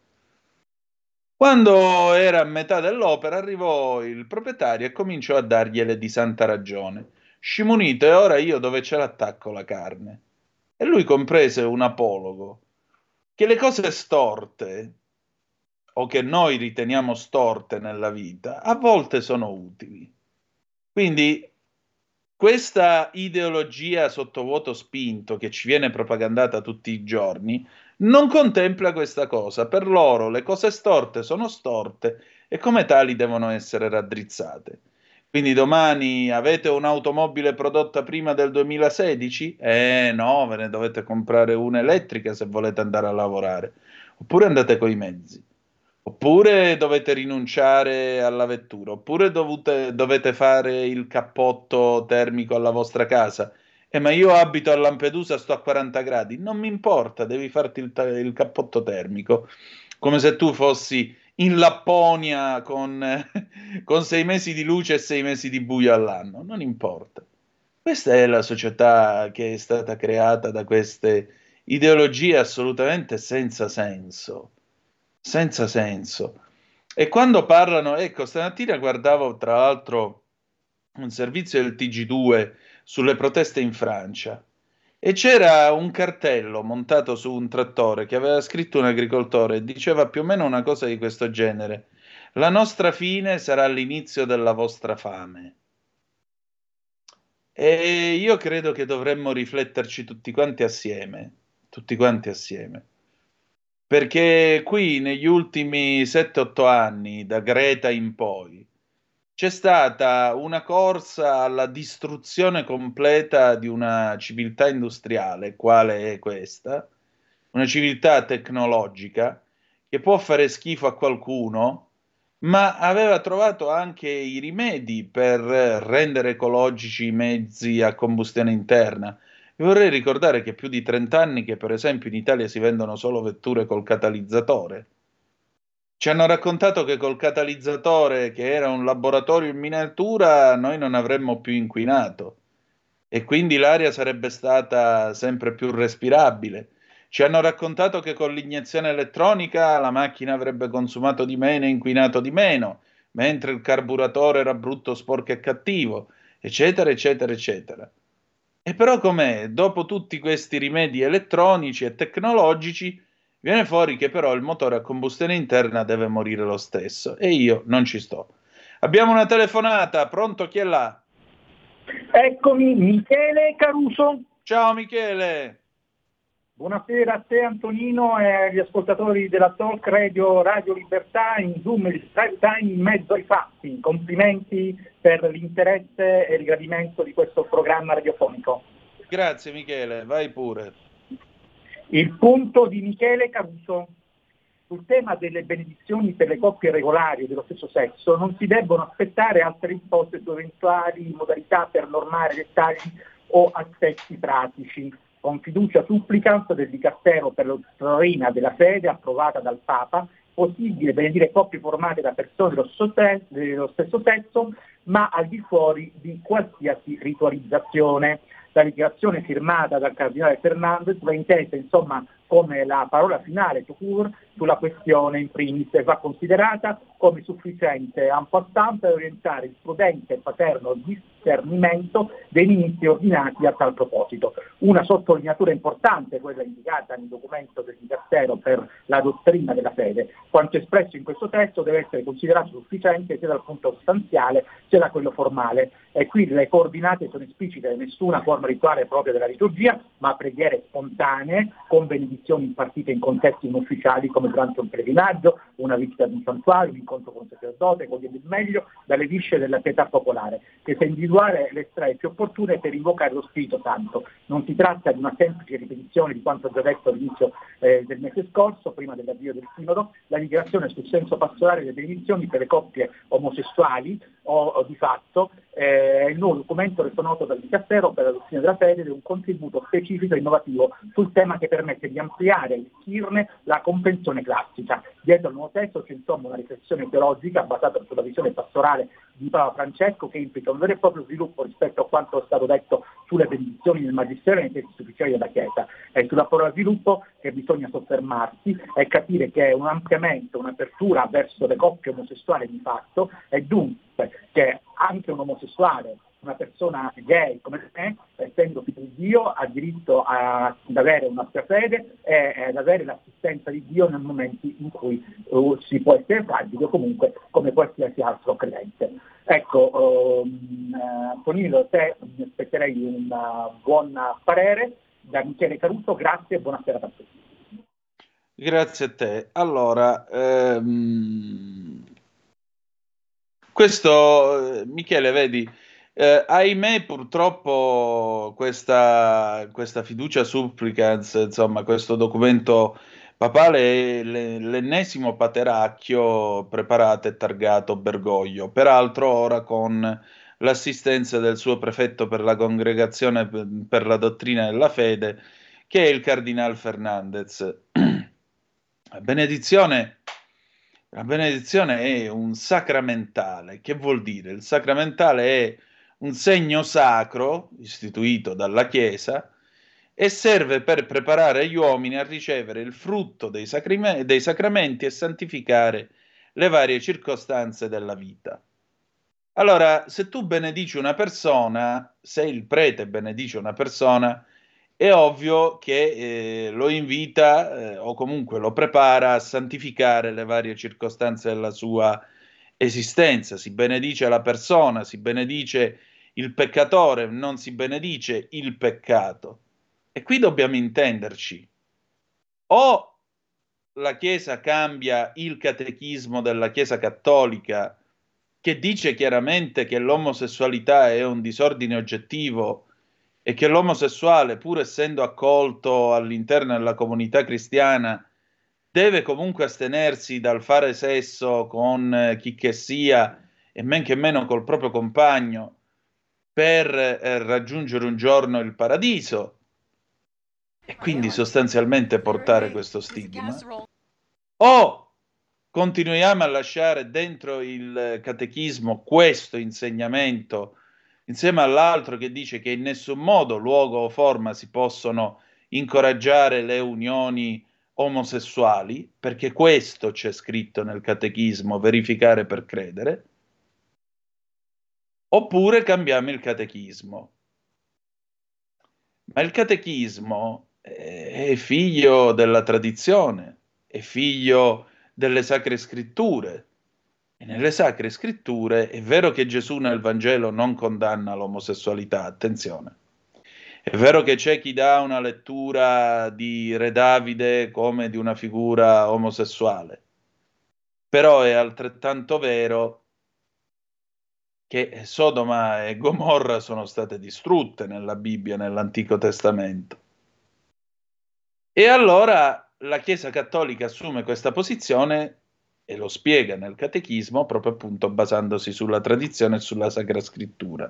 Quando era a metà dell'opera arrivò il proprietario e cominciò a dargliele di santa ragione. Scimunito, e ora io dove ce l'attacco la carne? E lui comprese un apologo che le cose storte o che noi riteniamo storte nella vita a volte sono utili. Quindi questa ideologia sottovuoto spinto che ci viene propagandata tutti i giorni non contempla questa cosa. Per loro le cose storte sono storte e come tali devono essere raddrizzate. Quindi domani avete un'automobile prodotta prima del 2016? No, ve ne dovete comprare una elettrica se volete andare a lavorare. Oppure andate coi mezzi. Oppure dovete rinunciare alla vettura, oppure dovete fare il cappotto termico alla vostra casa. Ma io abito a Lampedusa, sto a 40 gradi. Non mi importa, devi farti il cappotto termico. Come se tu fossi in Lapponia con 6 mesi di luce e 6 mesi di buio all'anno. Non importa. Questa è la società che è stata creata da queste ideologie assolutamente senza senso. Senza senso. E quando parlano, ecco, stamattina guardavo tra l'altro un servizio del TG2 sulle proteste in Francia e c'era un cartello montato su un trattore che aveva scritto un agricoltore e diceva più o meno una cosa di questo genere. La nostra fine sarà l'inizio della vostra fame. E io credo che dovremmo rifletterci tutti quanti assieme, perché qui negli ultimi 7-8 anni, da Greta in poi, c'è stata una corsa alla distruzione completa di una civiltà industriale, quale è questa, una civiltà tecnologica che può fare schifo a qualcuno, ma aveva trovato anche i rimedi per rendere ecologici i mezzi a combustione interna. Vi vorrei ricordare che più di 30 anni che per esempio in Italia si vendono solo vetture col catalizzatore. Ci hanno raccontato che col catalizzatore, che era un laboratorio in miniatura, noi non avremmo più inquinato e quindi l'aria sarebbe stata sempre più respirabile. Ci hanno raccontato che con l'iniezione elettronica la macchina avrebbe consumato di meno e inquinato di meno, mentre il carburatore era brutto, sporco e cattivo, eccetera, eccetera, eccetera. E però com'è? Dopo tutti questi rimedi elettronici e tecnologici, viene fuori che però il motore a combustione interna deve morire lo stesso e io non ci sto. Abbiamo una telefonata, pronto? Chi è là? Eccomi, Michele Caruso. Ciao Michele. Buonasera a te Antonino e agli ascoltatori della Talk Radio Libertà in Zoom, il drive time in mezzo ai fatti. Complimenti per l'interesse e il gradimento di questo programma radiofonico. Grazie Michele, vai pure. Il punto di Michele Caruso. Sul tema delle benedizioni per le coppie regolari dello stesso sesso non si debbono aspettare altre risposte su eventuali modalità per normare dettagli o aspetti pratici. Con fiducia supplicans del Dicastero per la dottrina della fede approvata dal Papa, possibile benedire coppie formate da persone dello stesso sesso, ma al di fuori di qualsiasi ritualizzazione. La dichiarazione firmata dal Cardinale Fernandez va intesa insomma come la parola finale tout court sulla questione in primis e va considerata come sufficiente en passant per orientare il prudente e paterno discernimento dei ministri ordinati a tal proposito. Una sottolineatura importante, quella indicata nel documento del Dicastero per la dottrina della fede. Quanto espresso in questo testo deve essere considerato sufficiente sia dal punto sostanziale sia da quello formale. E qui le coordinate sono esplicite, nessuna forma rituale propria della liturgia, ma preghiere spontanee con benedizioni impartite in contesti non ufficiali come durante un pellegrinaggio, una visita ad un santuario, un incontro con un sacerdote, cogliendo il meglio dalle viscere della pietà popolare, che sa individuare le strade più opportune per invocare lo Spirito Santo. Non si tratta di una semplice ripetizione di quanto già detto all'inizio del mese scorso, prima dell'avvio del Sinodo, la dichiarazione sul senso pastorale delle benedizioni per le coppie omosessuali o di fatto il nuovo documento reso noto dal Dicastero per la dottrina della fede ed è un contributo specifico e innovativo sul tema che permette di ampliare e arricchirne la comprensione classica. Dietro al nuovo testo c'è insomma una riflessione teologica basata sulla visione pastorale di Papa Francesco che implica un vero e proprio sviluppo rispetto a quanto è stato detto sulle benedizioni nel Magistero e nei testi ufficiali della Chiesa. È sulla parola sviluppo che bisogna soffermarsi e capire che è un ampliamento, un'apertura verso le coppie omosessuali di fatto e dunque che anche un omosessuale, una persona gay come me, essendo figlio di Dio, ha diritto ad avere una sua fede e ad avere l'assistenza di Dio nei momenti in cui si può essere fragili o comunque come qualsiasi altro credente. Ecco, Antonino, te mi aspetterei un buon parere da Michele Caruso, grazie e buonasera a tutti. Grazie a te. Allora, questo, Michele, vedi, ahimè purtroppo questa fiducia supplicans, insomma questo documento papale è l'ennesimo pateracchio preparato e targato Bergoglio, peraltro ora con l'assistenza del suo prefetto per la congregazione per la dottrina della fede, che è il Cardinal Fernandez. La benedizione è un sacramentale. Che vuol dire? Il sacramentale è un segno sacro istituito dalla Chiesa e serve per preparare gli uomini a ricevere il frutto dei sacramenti e santificare le varie circostanze della vita. Allora, se tu benedici una persona, se il prete benedice una persona, è ovvio che lo invita o comunque lo prepara a santificare le varie circostanze della sua esistenza, si benedice la persona, si benedice il peccatore, non si benedice il peccato. E qui dobbiamo intenderci. O la Chiesa cambia il catechismo della Chiesa cattolica, che dice chiaramente che l'omosessualità è un disordine oggettivo e che l'omosessuale, pur essendo accolto all'interno della comunità cristiana, deve comunque astenersi dal fare sesso con chi che sia e men che meno col proprio compagno per raggiungere un giorno il paradiso, e quindi sostanzialmente portare questo stigma. O continuiamo a lasciare dentro il catechismo questo insegnamento insieme all'altro che dice che in nessun modo, luogo o forma si possono incoraggiare le unioni omosessuali, perché questo c'è scritto nel catechismo, verificare per credere. Oppure cambiamo il catechismo. Ma il catechismo è figlio della tradizione, è figlio delle sacre scritture. E nelle sacre scritture è vero che Gesù nel Vangelo non condanna l'omosessualità, attenzione. È vero che c'è chi dà una lettura di Re Davide come di una figura omosessuale, però è altrettanto vero che Sodoma e Gomorra sono state distrutte nella Bibbia, nell'Antico Testamento. E allora la Chiesa Cattolica assume questa posizione e lo spiega nel Catechismo proprio appunto basandosi sulla tradizione e sulla Sacra Scrittura.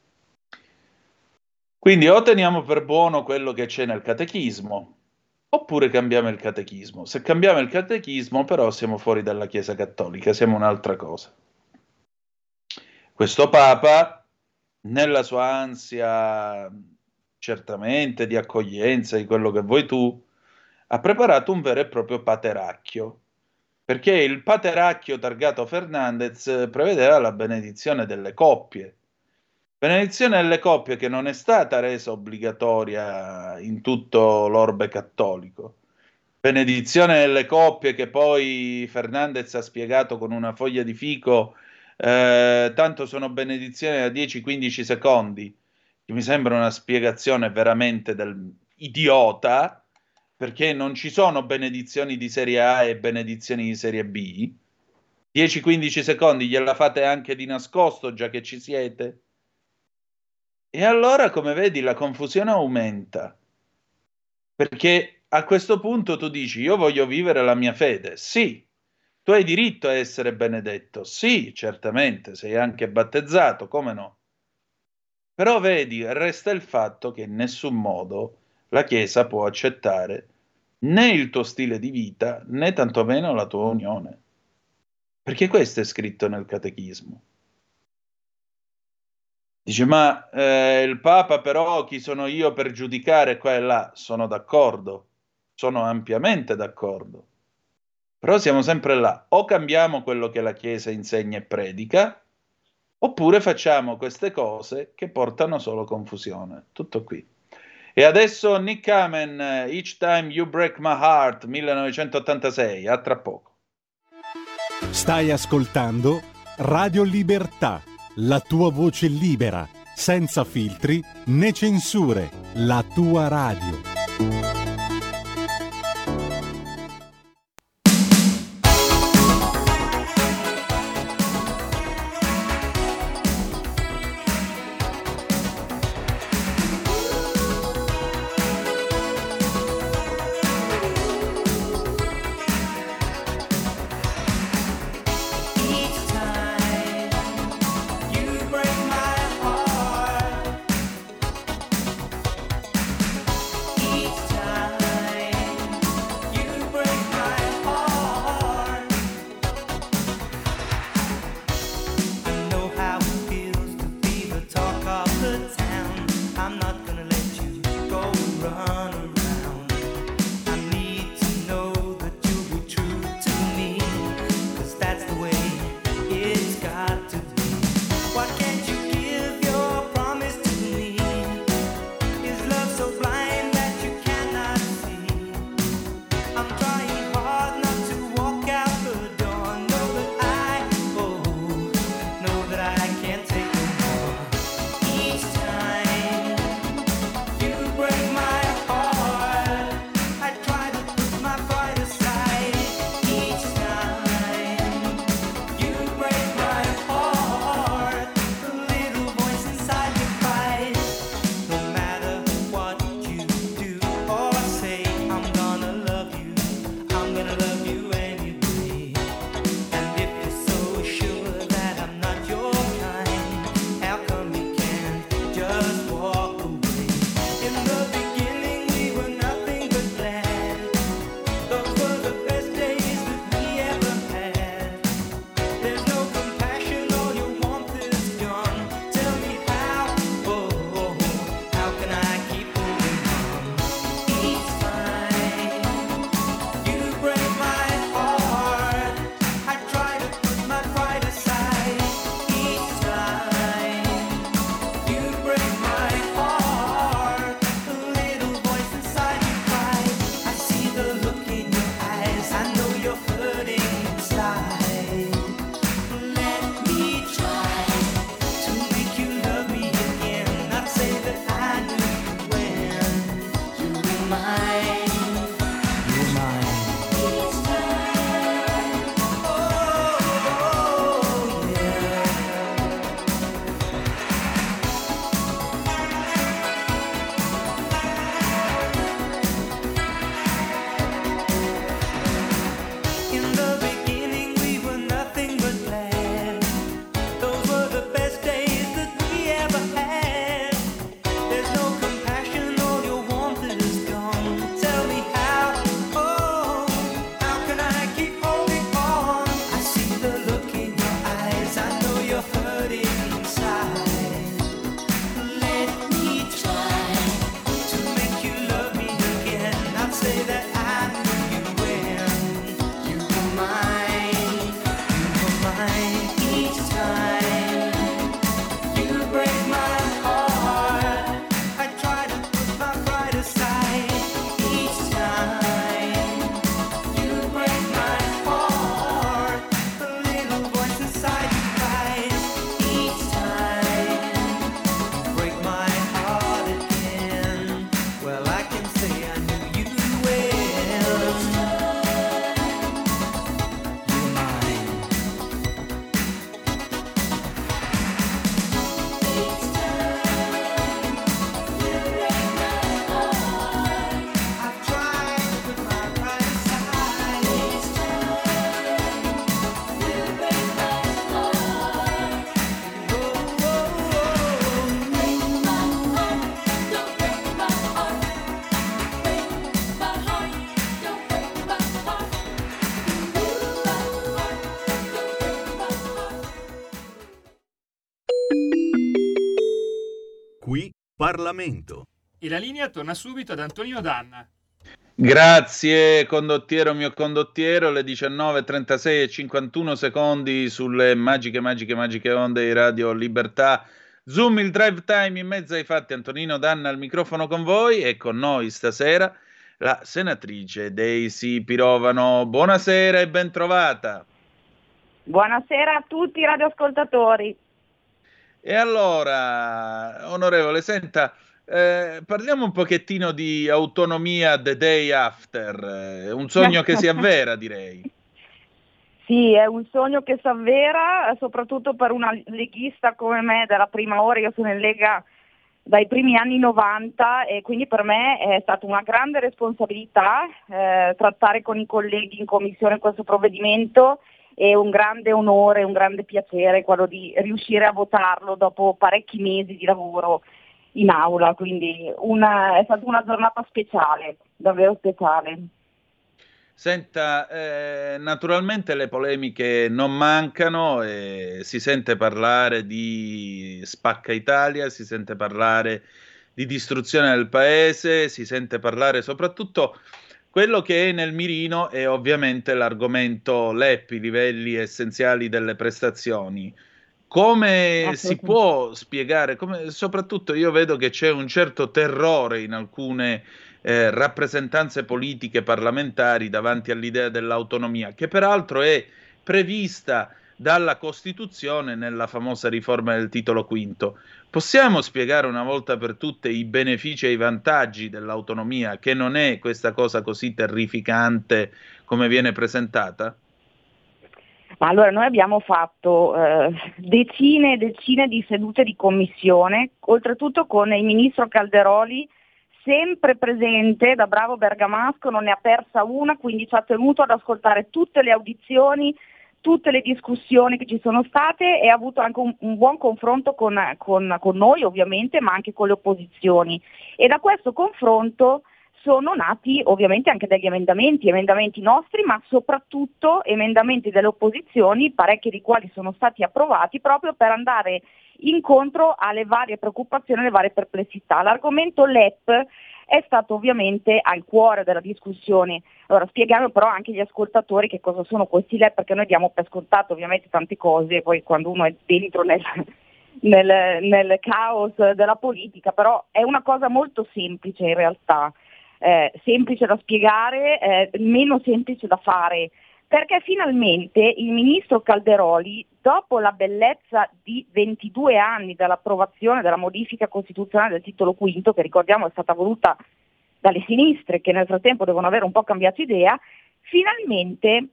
Quindi o teniamo per buono quello che c'è nel Catechismo, oppure cambiamo il Catechismo. Se cambiamo il Catechismo, però, siamo fuori dalla Chiesa Cattolica, siamo un'altra cosa. Questo Papa, nella sua ansia certamente di accoglienza, di quello che vuoi tu, ha preparato un vero e proprio pateracchio, perché il pateracchio targato Fernandez prevedeva la benedizione delle coppie. Benedizione delle coppie che non è stata resa obbligatoria in tutto l'orbe cattolico. Benedizione delle coppie che poi Fernandez ha spiegato con una foglia di fico, tanto sono benedizioni da 10-15 secondi, che mi sembra una spiegazione veramente idiota, perché non ci sono benedizioni di serie A e benedizioni di serie B. 10-15 secondi gliela fate anche di nascosto, già che ci siete. E allora, come vedi, la confusione aumenta, perché a questo punto tu dici: io voglio vivere la mia fede. Sì, tu hai diritto a essere benedetto. Sì, certamente, sei anche battezzato, come no? Però vedi, resta il fatto che in nessun modo la Chiesa può accettare né il tuo stile di vita, né tantomeno la tua unione. Perché questo è scritto nel Catechismo. Dice, ma il Papa però, chi sono io per giudicare qua e là? Sono d'accordo, sono ampiamente d'accordo. Però siamo sempre là, o cambiamo quello che la Chiesa insegna e predica, oppure facciamo queste cose che portano solo confusione. Tutto qui. E adesso Nick Kamen, Each Time You Break My Heart, 1986, a tra poco. Stai ascoltando Radio Libertà, la tua voce libera, senza filtri né censure, la tua radio. Each time Qui Parlamento. E la linea torna subito ad Antonino Danna. Grazie condottiero mio condottiero, le 19:36 e 51 secondi sulle magiche onde di Radio Libertà. Zoom, il drive time in mezzo ai fatti. Antonino Danna al microfono con voi, e con noi stasera la senatrice Daisy Pirovano. Buonasera e ben trovata. Buonasera a tutti i radioascoltatori. E allora, onorevole, senta, parliamo un pochettino di autonomia the day after, un sogno che si avvera, direi. Sì, è un sogno che si avvera, soprattutto per una leghista come me della prima ora. Io sono in Lega dai primi anni 90 e quindi per me è stata una grande responsabilità trattare con i colleghi in commissione questo provvedimento, e un grande onore, un grande piacere quello di riuscire a votarlo dopo parecchi mesi di lavoro in aula, quindi è stata una giornata speciale, davvero speciale. Senta, naturalmente le polemiche non mancano, si sente parlare di spacca Italia, si sente parlare di distruzione del paese, si sente parlare soprattutto quello che è nel mirino è ovviamente l'argomento LEP, i livelli essenziali delle prestazioni. Come si può spiegare? Soprattutto io vedo che c'è un certo terrore in alcune rappresentanze politiche parlamentari davanti all'idea dell'autonomia, che peraltro è prevista dalla Costituzione nella famosa riforma del Titolo V. Possiamo spiegare una volta per tutte i benefici e i vantaggi dell'autonomia, che non è questa cosa così terrificante come viene presentata? Allora, noi abbiamo fatto decine e decine di sedute di commissione, oltretutto con il ministro Calderoli sempre presente, da bravo bergamasco, non ne ha persa una, quindi ci ha tenuto ad ascoltare tutte le audizioni, tutte le discussioni che ci sono state, e ha avuto anche un buon confronto con noi ovviamente, ma anche con le opposizioni, e da questo confronto sono nati ovviamente anche degli emendamenti nostri, ma soprattutto emendamenti delle opposizioni, parecchi di quali sono stati approvati proprio per andare incontro alle varie preoccupazioni, alle varie perplessità. L'argomento LEP è stato ovviamente al cuore della discussione. Allora spieghiamo però anche agli ascoltatori che cosa sono questi LEP, perché noi diamo per scontato ovviamente tante cose, e poi quando uno è dentro nel caos della politica, però è una cosa molto semplice in realtà, semplice da spiegare, meno semplice da fare, perché finalmente il ministro Calderoli, dopo la bellezza di 22 anni dall'approvazione della modifica costituzionale del Titolo V, che ricordiamo è stata voluta dalle sinistre, che nel frattempo devono avere un po' cambiato idea, finalmente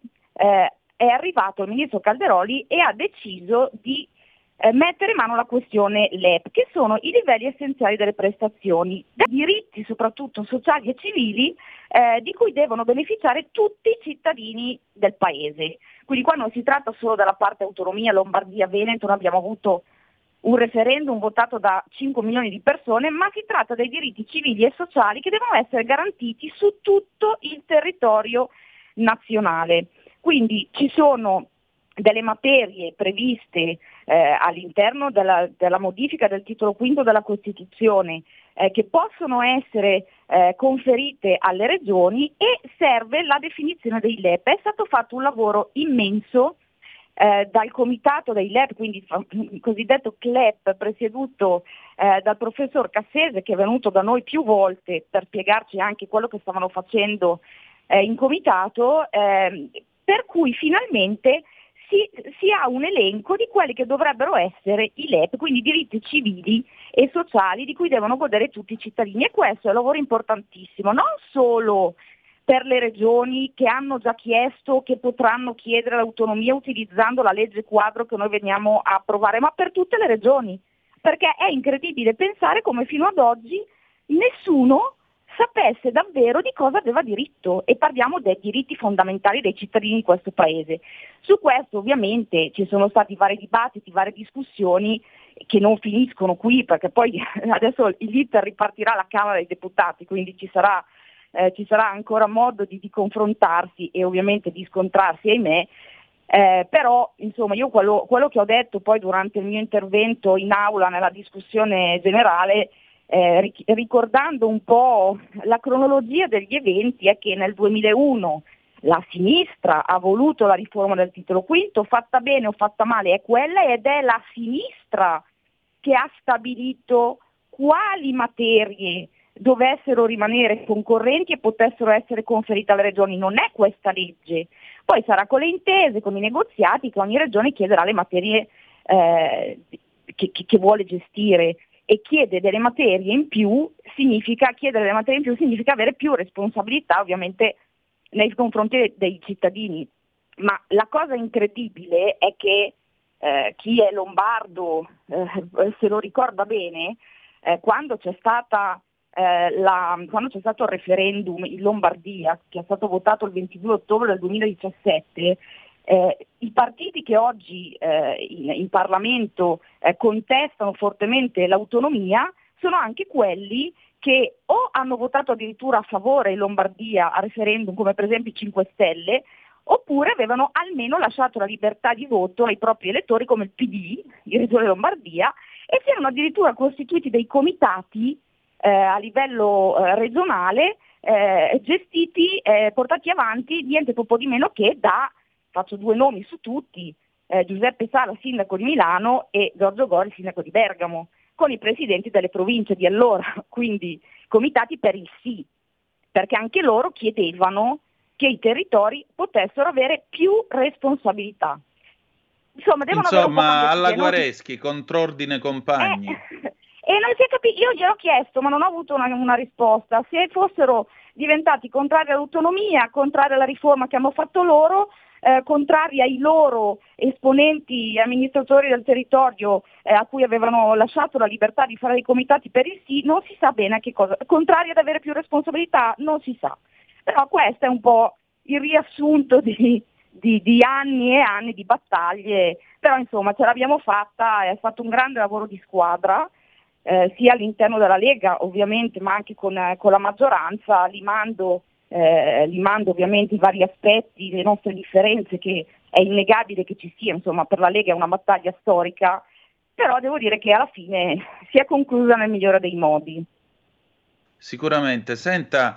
è arrivato il ministro Calderoli e ha deciso di mettere mano alla questione LEP, che sono i livelli essenziali delle prestazioni, diritti soprattutto sociali e civili di cui devono beneficiare tutti i cittadini del paese. Quindi qua non si tratta solo della parte autonomia, Lombardia, Veneto, noi abbiamo avuto un referendum votato da 5 milioni di persone, ma si tratta dei diritti civili e sociali che devono essere garantiti su tutto il territorio nazionale. Quindi ci sono delle materie previste all'interno della modifica del Titolo V della Costituzione che possono essere conferite alle regioni, e serve la definizione dei LEP. È stato fatto un lavoro immenso dal comitato dei LEP, quindi il cosiddetto CLEP, presieduto dal professor Cassese, che è venuto da noi più volte per spiegarci anche quello che stavano facendo in comitato, per cui finalmente si ha un elenco di quelli che dovrebbero essere i LEP, quindi i diritti civili e sociali di cui devono godere tutti i cittadini, e questo è un lavoro importantissimo, non solo per le regioni che hanno già chiesto, che potranno chiedere l'autonomia utilizzando la legge quadro che noi veniamo a approvare, ma per tutte le regioni, perché è incredibile pensare come fino ad oggi nessuno sapesse davvero di cosa aveva diritto, e parliamo dei diritti fondamentali dei cittadini di questo paese. Su questo ovviamente ci sono stati vari dibattiti, varie discussioni che non finiscono qui, perché poi adesso l'iter ripartirà alla Camera dei Deputati, quindi ci sarà ancora modo di confrontarsi e ovviamente di scontrarsi, ahimè, Però insomma io quello che ho detto poi durante il mio intervento in aula nella discussione generale, ricordando un po' la cronologia degli eventi, è che nel 2001 la sinistra ha voluto la riforma del titolo quinto, fatta bene o fatta male è quella, ed è la sinistra che ha stabilito quali materie dovessero rimanere concorrenti e potessero essere conferite alle regioni. Non è questa legge. Poi sarà con le intese, con i negoziati, che ogni regione chiederà le materie che vuole gestire, e chiedere delle materie in più significa avere più responsabilità ovviamente nei confronti dei cittadini. Ma la cosa incredibile è che chi è lombardo se lo ricorda bene, quando c'è stato il referendum in Lombardia, che è stato votato il 22 ottobre del 2017, i partiti che oggi in Parlamento contestano fortemente l'autonomia sono anche quelli che o hanno votato addirittura a favore in Lombardia a referendum, come per esempio i 5 Stelle, oppure avevano almeno lasciato la libertà di voto ai propri elettori, come il PD di Regione Lombardia, e si erano addirittura costituiti dei comitati a livello regionale, gestiti, portati avanti niente poco di meno che faccio 2 nomi su tutti, Giuseppe Sala, sindaco di Milano, e Giorgio Gori, sindaco di Bergamo, con i presidenti delle province di allora, quindi comitati per il sì, perché anche loro chiedevano che i territori potessero avere più responsabilità. Insomma, alla Guareschi, contrordine compagni. E non si è capito, io gliel'ho chiesto, ma non ho avuto una risposta. Se fossero diventati contrari all'autonomia, contrari alla riforma che hanno fatto loro, contrari ai loro esponenti amministratori del territorio a cui avevano lasciato la libertà di fare dei comitati per il sì, non si sa bene a che cosa. Contrari ad avere più responsabilità, non si sa. Però questo è un po' il riassunto di anni e anni di battaglie, però insomma ce l'abbiamo fatta, è stato un grande lavoro di squadra, sia all'interno della Lega ovviamente, ma anche con la maggioranza, limando ovviamente i vari aspetti, le nostre differenze, che è innegabile che ci sia, insomma per la Lega è una battaglia storica, però devo dire che alla fine si è conclusa nel migliore dei modi. Sicuramente. Senta,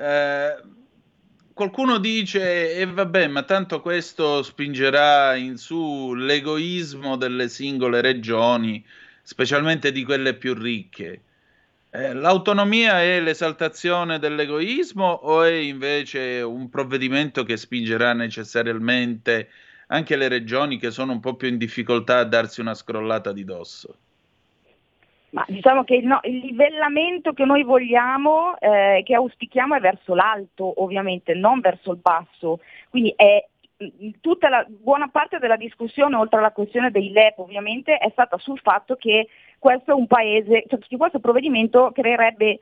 qualcuno dice, vabbè, ma tanto questo spingerà in su l'egoismo delle singole regioni, specialmente di quelle più ricche. L'autonomia è l'esaltazione dell'egoismo o è invece un provvedimento che spingerà necessariamente anche le regioni che sono un po' più in difficoltà a darsi una scrollata di dosso? Ma diciamo che il livellamento che noi vogliamo, che auspichiamo, è verso l'alto, ovviamente, non verso il basso. Quindi tutta la buona parte della discussione, oltre alla questione dei LEP, ovviamente, è stata sul fatto che questo è un paese, cioè che questo provvedimento creerebbe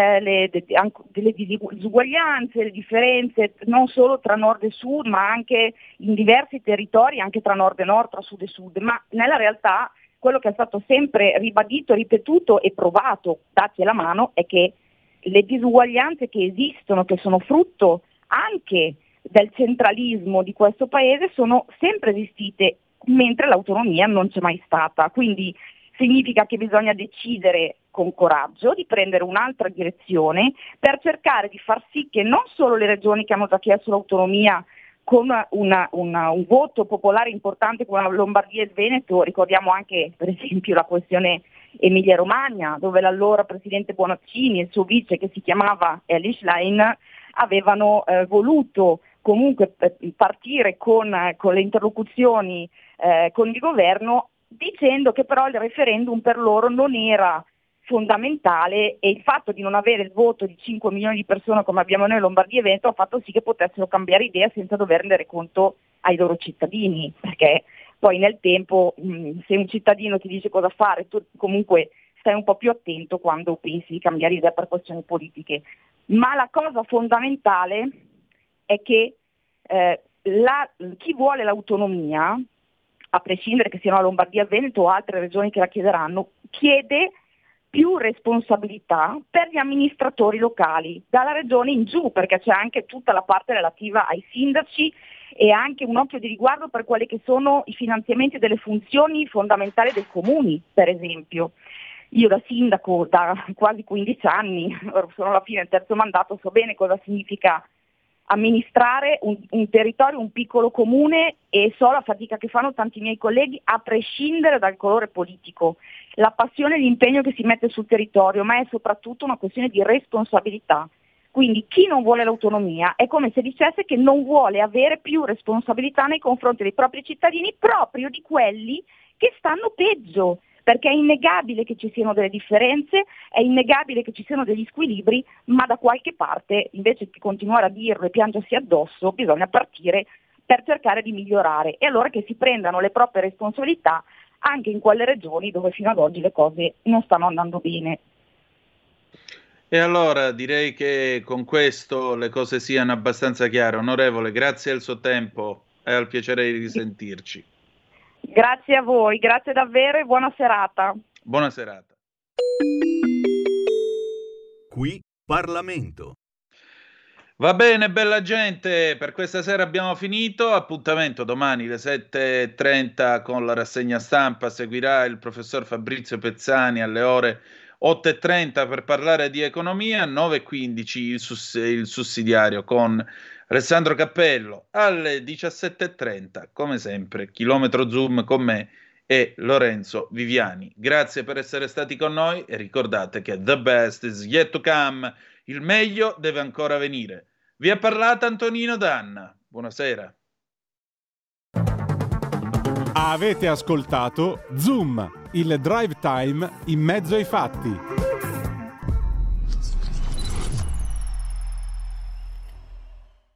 delle disuguaglianze, le differenze non solo tra nord e sud, ma anche in diversi territori, anche tra nord e nord, tra sud e sud. Ma nella realtà quello che è stato sempre ribadito, ripetuto e provato, dati alla mano, è che le disuguaglianze che esistono, che sono frutto anche del centralismo di questo paese, sono sempre esistite, mentre l'autonomia non c'è mai stata. Quindi significa che bisogna decidere con coraggio di prendere un'altra direzione per cercare di far sì che non solo le regioni che hanno già chiesto l'autonomia con un voto popolare importante come la Lombardia e il Veneto, ricordiamo anche per esempio la questione Emilia Romagna, dove l'allora presidente Bonaccini e il suo vice, che si chiamava Elie Schlein, avevano voluto comunque partire con le interlocuzioni con il governo, dicendo che però il referendum per loro non era fondamentale, e il fatto di non avere il voto di 5 milioni di persone come abbiamo noi in Lombardia e Veneto ha fatto sì che potessero cambiare idea senza dover rendere conto ai loro cittadini, perché poi nel tempo se un cittadino ti dice cosa fare, tu comunque stai un po' più attento quando pensi di cambiare idea per questioni politiche. Ma la cosa fondamentale è che chi vuole l'autonomia, a prescindere che siano la Lombardia, il Veneto o altre regioni che la chiederanno, chiede più responsabilità per gli amministratori locali, dalla regione in giù, perché c'è anche tutta la parte relativa ai sindaci e anche un occhio di riguardo per quelli che sono i finanziamenti delle funzioni fondamentali dei comuni, per esempio. Io da sindaco da quasi 15 anni, sono alla fine del terzo mandato, so bene cosa significa amministrare un territorio, un piccolo comune, e so la fatica che fanno tanti miei colleghi a prescindere dal colore politico. La passione e l'impegno che si mette sul territorio, ma è soprattutto una questione di responsabilità. Quindi chi non vuole l'autonomia è come se dicesse che non vuole avere più responsabilità nei confronti dei propri cittadini, proprio di quelli che stanno peggio. Perché è innegabile che ci siano delle differenze, è innegabile che ci siano degli squilibri, ma da qualche parte, invece di continuare a dirlo e piangersi addosso, bisogna partire per cercare di migliorare, e allora che si prendano le proprie responsabilità anche in quelle regioni dove fino ad oggi le cose non stanno andando bene. E allora direi che con questo le cose siano abbastanza chiare. Onorevole, grazie al suo tempo e al piacere di risentirci. Grazie a voi, grazie davvero e buona serata. Buona serata. Qui Parlamento. Va bene, bella gente, per questa sera abbiamo finito. Appuntamento domani alle 7:30 con la rassegna stampa. Seguirà il professor Fabrizio Pezzani alle ore 8:30 per parlare di economia. 9:15 il sussidiario con Alessandro Cappello. Alle 17:30, come sempre, Chilometro Zoom con me e Lorenzo Viviani. Grazie per essere stati con noi e ricordate che the best is yet to come. Il meglio deve ancora venire. Vi ha parlato Antonino Danna. Buonasera. Avete ascoltato Zoom, il drive time in mezzo ai fatti.